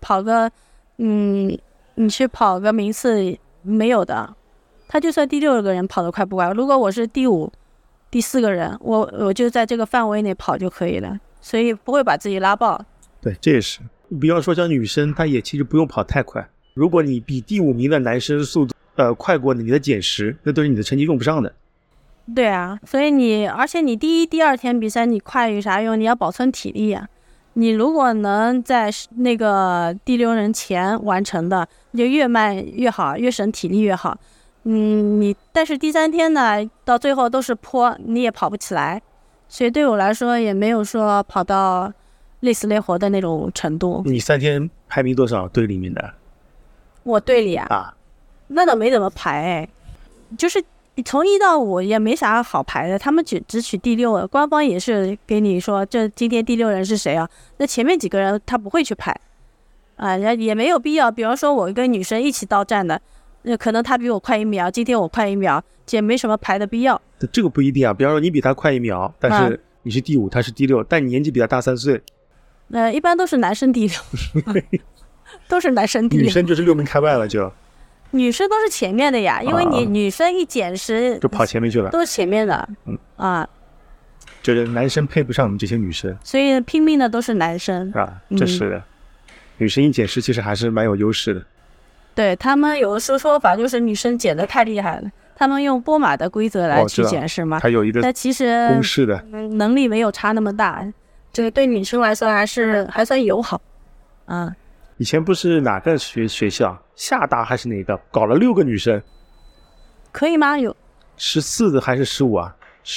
去跑个名次没有的。他就算第6个人跑得快不快，如果我是第5、第4个人，我就在这个范围内跑就可以了，所以不会把自己拉爆。 对，这也是。比方说像女生，她也其实不用跑太快。如果你比第5名的男生速度快过你的减10，那都是你的成绩用不上的。 对啊，所以而且你第1、第2天比赛你快有啥用？你要保存体力啊。你如果能在那个第6人前完成的，你就越慢越好，越省体力越好。但是第3天呢，到最后都是坡，你也跑不起来。所以对我来说也没有说跑到累死累活的那种程度。 你3天排名多少？队里面的？ 我队里啊，那倒没怎么排，就是从1到5也没啥好排的，他们只取第6，官方也是给你说这今天第6人是谁啊？那前面几个人他不会去排啊，也没有必要。比方说我跟女生一起到站的，可能他比我快1秒，今天我快1秒，也没什么排的必要。 这个不一定啊，比方说你比他快1秒，但是你是第5，他是第6，但你年纪比他大3岁。 一般都是男生第6。都是男生第6， 女生就是6名开外了就。 女生都是前面的呀，因为你女生一减10 就跑前面去了， 都是前面的。 就是男生配不上我们这些女生， 所以拼命的都是男生啊，这是的。女生一减10其实还是蛮有优势的。 对，他们有的说法就是女生减的太厉害了，他们用波马的规则来去减是吗？ 它有一个但其实公式的， 能力没有差那么大，这个对女生来说还算友好。 以前不是哪个学校厦大还是哪个搞了6个女生？ 可以吗？有 14的还是15啊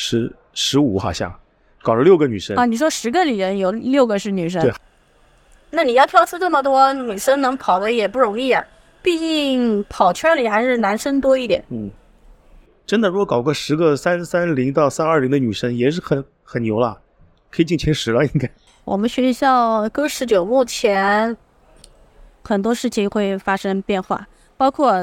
？15好像搞了6个女生啊。你说10个里人有6个是女生？ 对。 那你要挑出这么多女生能跑的也不容易啊，毕竟跑圈里还是男生多一点。 真的，如果搞个10个330到320的女生，也是很牛了，可以进前10了应该。 我们学校歌19目前很多事情会发生变化，包括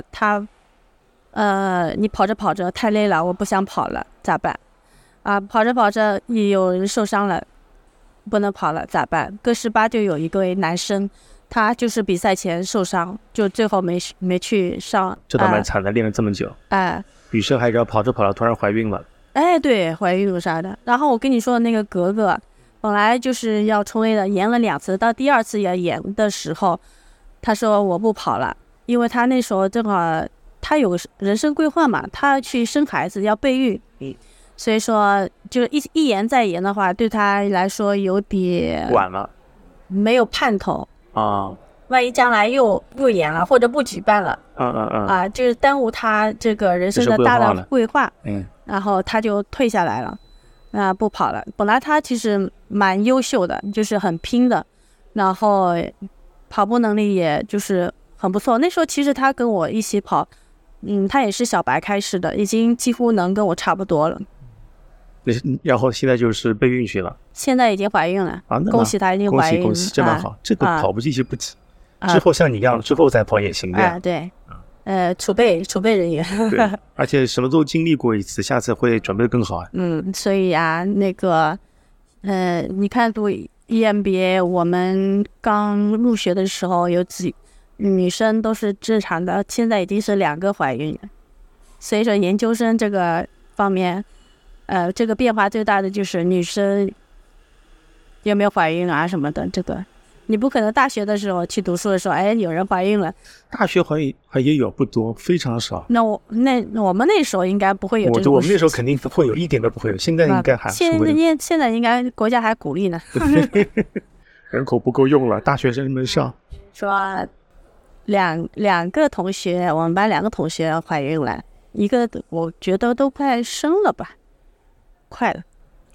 你跑着跑着太累了，我不想跑了，咋办？跑着跑着有人受伤了，不能跑了，咋办？歌18就有一个男生，他就是比赛前受伤，就最后没去上。 这倒蛮惨的，练了这么久。女生还是要跑着跑着突然怀孕了。 对，怀孕了啥的。然后我跟你说的那个格格，本来就是要冲 A 的，延了2次，到第2次要延的时候，他说我不跑了，因为他那时候正好他有人生规划嘛，他去生孩子要备孕，所以说就一延再延的话，对他来说有点晚了， 没有盼头啊。 万一将来又延了或者不举办了，就是耽误他这个人生的大的规划，然后他就退下来了，不跑了。本来他其实蛮优秀的，就是很拼的， 然后跑步能力也就是很不错。那时候其实他跟我一起跑，他也是小白开始的，已经几乎能跟我差不多了。 然后现在就是备孕期了， 现在已经怀孕了，恭喜她已经怀孕了， 恭喜，这蛮好。这个跑步机其实不急，之后像你一样之后再跑也行的。 对，储备人员。 对，而且什么都经历过一次，下次会准备更好。 所以啊，那个你看读 EMBA， 我们刚入学的时候有女生都是正常的，现在已经是2个怀孕了。所以说研究生这个方面，这个变化最大的就是女生有没有怀孕啊什么的。这个你不可能大学的时候去读书的时候，有人怀孕了。 大学怀孕也有，不多，非常少。 那我们那时候应该不会有这种。 我们那时候肯定不会有，一点都不会有。现在应该还是会有。 现在应该国家还鼓励呢。 人口不够用了，大学生们上。 说两个同学，我们班2个同学怀孕了，一个我觉得都快生了吧，快了。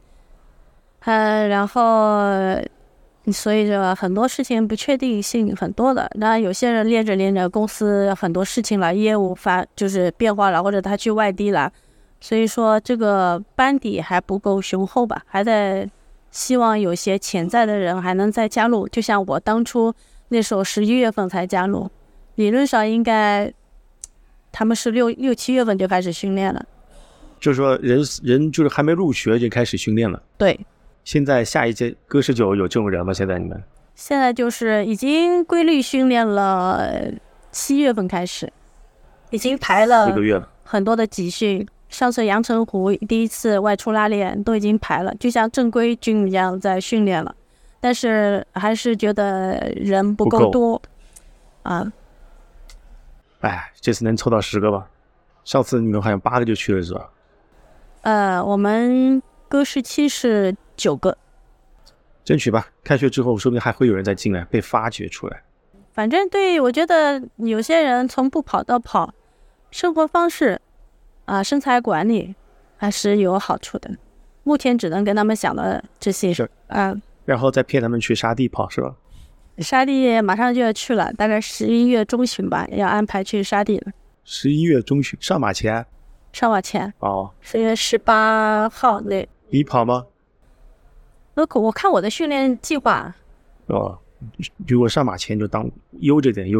然后所以说很多事情不确定性很多的。那有些人练着公司很多事情了，业务就是变化了，或者他去外地了，所以说这个班底还不够雄厚吧，还在希望有些潜在的人还能再加入。就像我当初那时候11月份才加入，理论上应该他们是6、7月份就开始训练了。 就是说人就是还没入学就开始训练了。 对。 现在下一届歌19有这种人吗？现在你们？ 现在就是已经规律训练了，7月份开始，已经排了 4个月了， 很多的集训。上次阳澄湖第一次外出拉练都已经排了，就像正规军一样在训练了，但是还是觉得人不够多啊。 这次能凑到10个吧？上次你们好像8个就去了是吧？ 我们歌17是9个， 争取吧。开学之后，说不定还会有人再进来，被发掘出来。 反正对，我觉得有些人从不跑到跑，生活方式身材管理还是有好处的。目前只能跟他们想的这些。 然后再骗他们去沙地跑是吧？ 沙地马上就要去了，大概11月中旬吧，要安排去沙地了。 11月中旬上马前？ 上马前。 哦。 10月18号那。 你跑吗？ 我看我的训练计划。 如果上马前就当悠着点。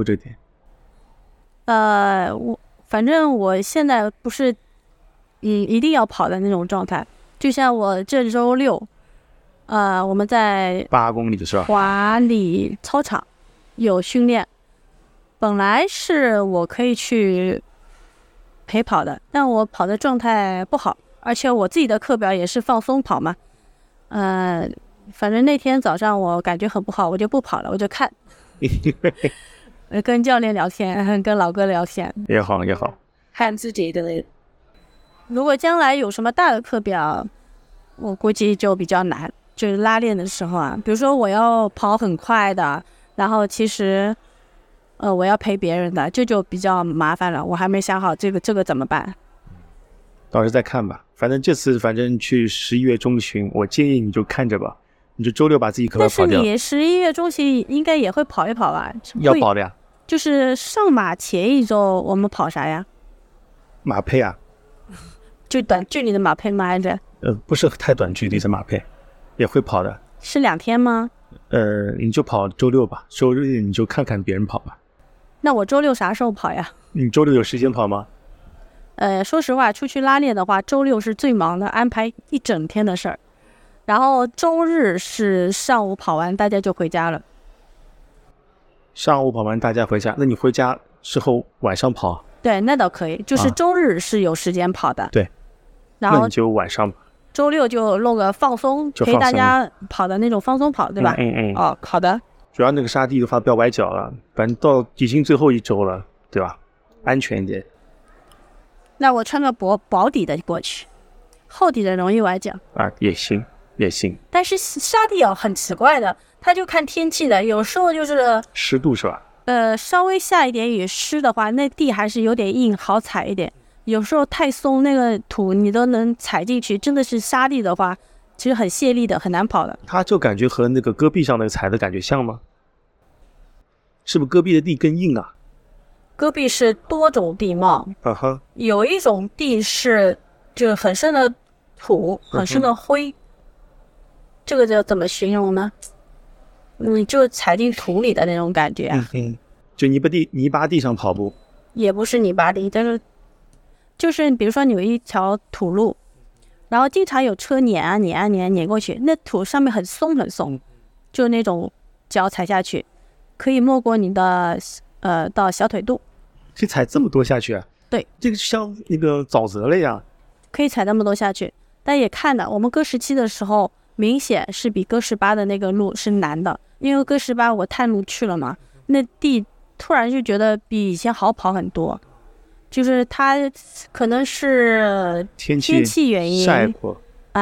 反正我现在不是一定要跑的那种状态。就像我这周6，我们在 8公里是吧？ 华里操场有训练，本来是我可以去陪跑的，但我跑的状态不好，而且我自己的课表也是放松跑嘛。反正那天早上我感觉很不好，我就不跑了，我就看跟教练聊天，跟老哥聊天也好， 看自己的。如果将来有什么大的课表，我估计就比较难，就是拉练的时候比如说我要跑很快的，然后其实我要陪别人的，这就比较麻烦了，我还没想好这个怎么办。 到时再看吧，反正这次去11月中旬，我建议你就看着吧，你就周6把自己课表跑掉。 但是你11月中旬应该也会跑一跑吧？ 要跑的呀。 就是上马前一周我们跑啥呀？ 马配啊。 就短距离的马配吗？还是？ 不是太短距离的马配，也会跑的。 是2天吗？ 你就跑周6吧，周日你就看看别人跑吧。 那我周6啥时候跑呀？ 你周6有时间跑吗？ 说实话，出去拉练的话，周6是最忙的，安排一整天的事儿。然后周日是上午跑完，大家就回家了。 上午跑完大家回家，那你回家之后晚上跑？ 对，那倒可以，就是周日是有时间跑的。 对， 然后那你就晚上吧。 周6就弄个放松，陪大家跑的那种放松跑，对吧？好的。 主要那个沙地的话不要崴脚了，反正到已经最后一周了，对吧？安全一点。 那我穿个薄底的过去，厚底的容易崴脚也行。 但是沙地很奇怪的，它就看天气的，有时候就是湿度是吧？ 稍微下一点雨湿的话，那地还是有点硬，好踩一点。有时候太松，那个土你都能踩进去，真的是沙地的话， 其实很泄力的，很难跑的。 它就感觉和那个戈壁上那个踩的感觉像吗？是不是戈壁的地更硬啊？ 戈壁是多种地貌，有一种地是就是很深的土，很深的灰，这个叫怎么形容呢？你就踩进土里的那种感觉啊。 就泥巴地上跑步， 也不是泥巴地，但是就是比如说你有一条土路，然后经常有车碾过去，那土上面很松很松，就那种脚踩下去可以没过你的到小腿肚。 可以踩这么多下去啊？ 对， 这个像那个沼泽了呀。 可以踩那么多下去，但也看的，我们戈17的时候明显是比戈18的那个路是难的，因为戈18我探路去了嘛，那地突然就觉得比以前好跑很多，就是它可能是天气原因晒过。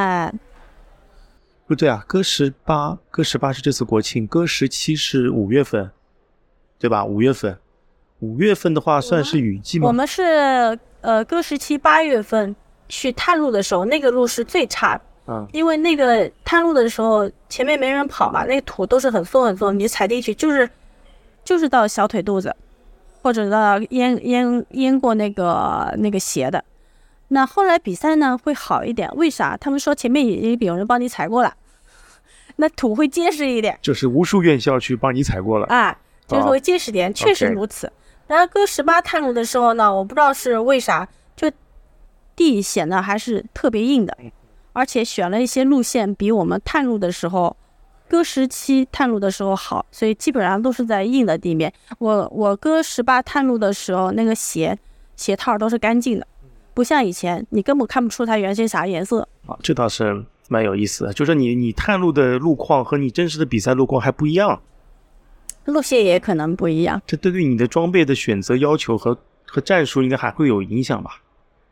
不对啊，戈18是这次国庆，戈17是5月份，对吧？5月份的话算是雨季吗？ 我们是戈17 8月份去探路的时候，那个路是最差的。因为那个探路的时候前面没人跑嘛，那个土都是很松很松，你踩进去就是到小腿肚子，或者到淹过那个鞋的。那后来比赛呢会好一点，为啥？他们说前面已经有人帮你踩过了，那土会结实一点， 就是无数院校去帮你踩过了就是会结实点，确实如此。然后戈18探路的时候呢，我不知道是为啥，就地显得还是特别硬的，而且选了一些路线比我们探路的时候戈17探路的时候好，所以基本上都是在硬的地面。我戈18探路的时候，那个鞋套都是干净的，不像以前你根本看不出它原先啥颜色。 这倒是蛮有意思的，就是你探路的路况和你真实的比赛路况还不一样， 路线也可能不一样。 这对你的装备的选择要求和战术应该还会有影响吧？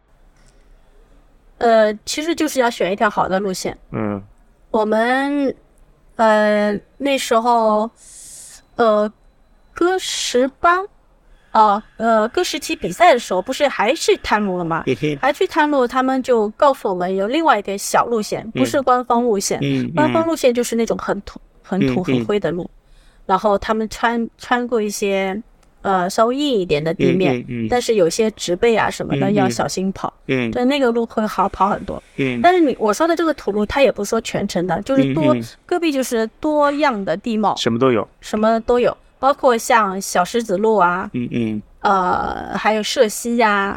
其实就是要选一条好的路线。我们那时候戈18戈17比赛的时候不是还去探路了吗？还去探路，他们就告诉我们有另外一个小路线，不是官方路线。官方路线就是那种很土很灰的路，然后他们穿过一些稍微硬一点的地面，但是有些植被啊什么的要小心跑。对，那个路会好跑很多。但是我说的这个土路，它也不是说全程的，就是戈壁就是多样的地貌，什么都有，包括像小石子路啊，还有涉溪呀，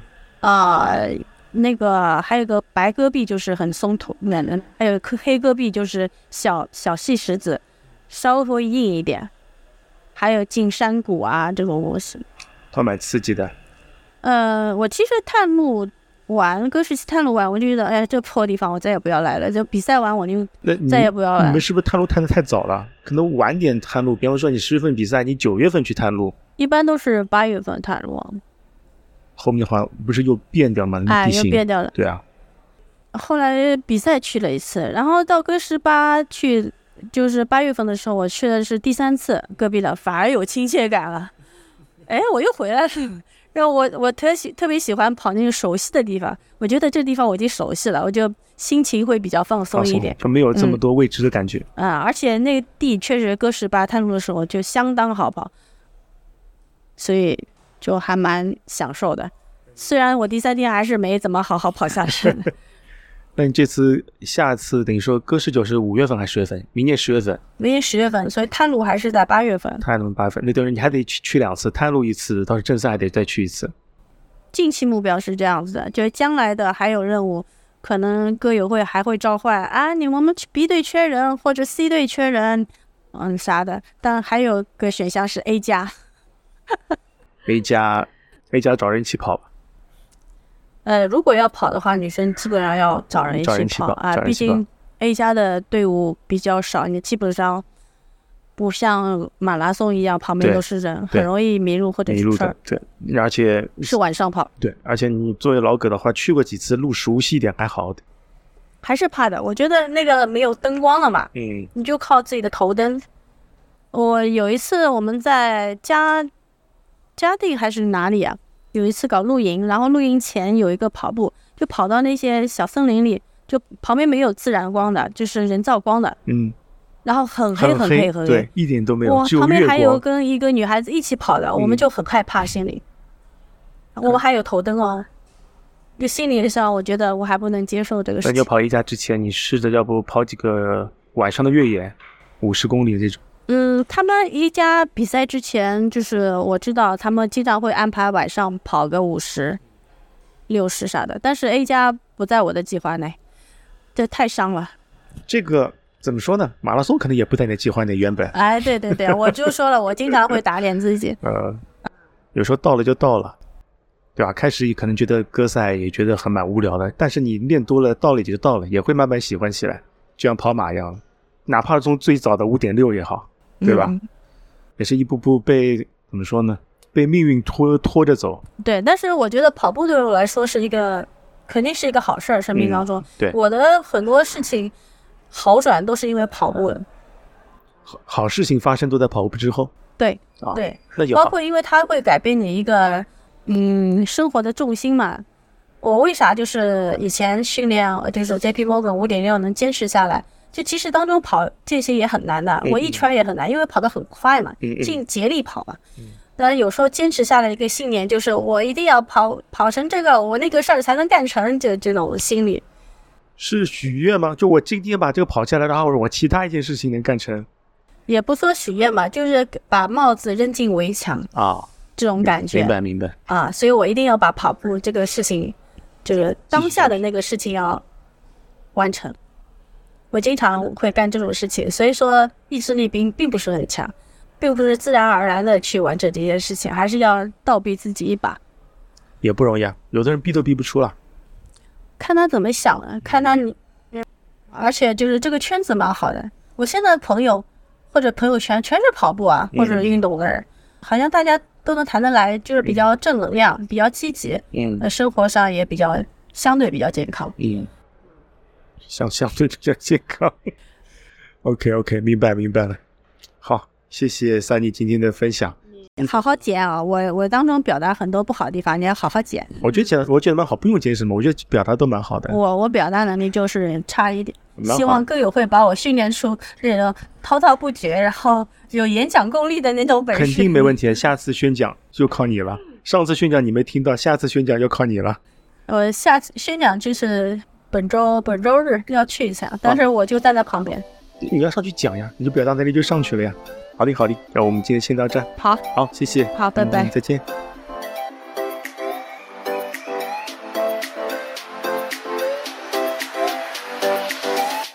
那个还有个白戈壁就是很松土，还有黑戈壁就是小细石子，稍微硬一点。还有进山谷啊这种东西， 还蛮刺激的。 我其实探路完戈17探路完，我就觉得这破地方我再也不要来了，就比赛完我就再也不要来了。 你们是不是探路探得太早了？可能晚点探路，比方说你10月份比赛，你9月份去探路， 一般都是8月份探路。 后面的话不是又变掉吗？地形又变掉了。 对啊。 后来比赛去了一次，然后到戈18去。就是8月份的时候，我去的是第3次戈壁的，反而有亲切感了。我又回来了。然后我特别喜欢跑那个熟悉的地方，我觉得这地方我已经熟悉了，我就心情会比较放松一点， 就没有这么多未知的感觉。 而且那个地确实戈18探路的时候就相当好跑，所以就还蛮享受的。虽然我第3天还是没怎么好好跑下去。 那你下次等于说戈19是5月份还是10月份？明年10月份。 明年10月份，所以探路还是在8月份。 探路8月份，那等于你还得去2次，探路1次，到时正赛还得再去1次。 近期目标是这样子的，就是将来的还有任务，可能歌友会还会召唤我们 B 队缺人或者 C 队缺人，啥的。但还有个选项是 A 加。 A 加找人一起跑吧。 如果要跑的话，女生基本上要找人一起跑毕竟 A 加的队伍比较少，你基本上不像马拉松一样旁边都是人，很容易迷路或者出事儿。 对，而且是晚上跑。 对，而且你作为老葛的话，去过几次，路熟悉一点还好。 还是怕的，我觉得那个没有灯光了嘛，你就靠自己的头灯。我有一次我们在嘉定还是哪里啊？有一次搞露营，然后露营前有一个跑步，就跑到那些小森林里， 就旁边没有自然光的，就是人造光的，然后很黑很黑很黑， 对，一点都没有，只有月光。 旁边还有跟一个女孩子一起跑的，我们就很害怕心里。我们还有头灯哦，就心理上我觉得我还不能接受这个事情。 那你要跑1家之前，你试着要不跑几个晚上的越野，50公里的这种。 他们1家比赛之前，就是我知道他们经常会安排晚上跑个50、60啥的，但是 A 家不在我的计划内，这太伤了。 这个怎么说呢？马拉松可能也不在你的计划内，原本。 哎，对对对，我就说了，我经常会打脸自己。 有时候到了就到了，对吧？开始可能觉得割赛也觉得很蛮无聊的，但是你练多了，到了也就到了，也会慢慢喜欢起来，就像跑马一样，哪怕从最早的5.6也好，对吧？也是一步步被怎么说呢？被命运拖着走。 对，但是我觉得跑步对我来说是肯定是一个好事儿，生命当中。 对， 我的很多事情好转都是因为跑步的。 好事情发生都在跑步之后。 对，对，包括因为它会改变你一个生活的重心嘛。我为啥就是以前训练就是 JP Morgan 5.6能坚持下来？就其实当中跑这些也很难的，我一圈也很难，因为跑得很快嘛，竭力跑嘛。但有时候坚持下来一个信念，就是我一定要跑成这个，我那个事儿才能干成，这种心理。 是许愿吗？就我今天把这个跑下来，然后我其他一件事情能干成。 也不说许愿吧，就是把帽子扔进围墙啊，这种感觉。 明白啊，所以我一定要把跑步这个事情，就是当下的那个事情要完成。我经常会干这种事情，所以说意志力并不是很强，并不是自然而然的去完成这件事情，还是要倒逼自己一把。 也不容易啊，有的人逼都逼不出了。 看他怎么想的，看他而且就是这个圈子蛮好的，我现在朋友或者朋友圈全是跑步啊或者运动的人，好像大家都能谈得来，就是比较正能量，比较积极，生活上也相对比较健康， 相对比较健康。OK， 明白了。好，谢谢Sunny今天的分享。 好好剪啊！我当中表达很多不好的地方，你要好好剪。 我觉得蛮好，不用剪什么，我觉得表达都蛮好的。 我表达能力就是差一点，希望各友会把我训练出这种滔滔不绝，然后有演讲功力的那种本事。 肯定没问题，下次宣讲就靠你了。上次宣讲你没听到，下次宣讲就靠你了。 下次宣讲就是本周日要去一下，但是我就站在旁边。 你要上去讲呀，你就表达能力就上去了呀。好的，那我们今天先到这。 好， 谢谢。 好，拜拜， 再见。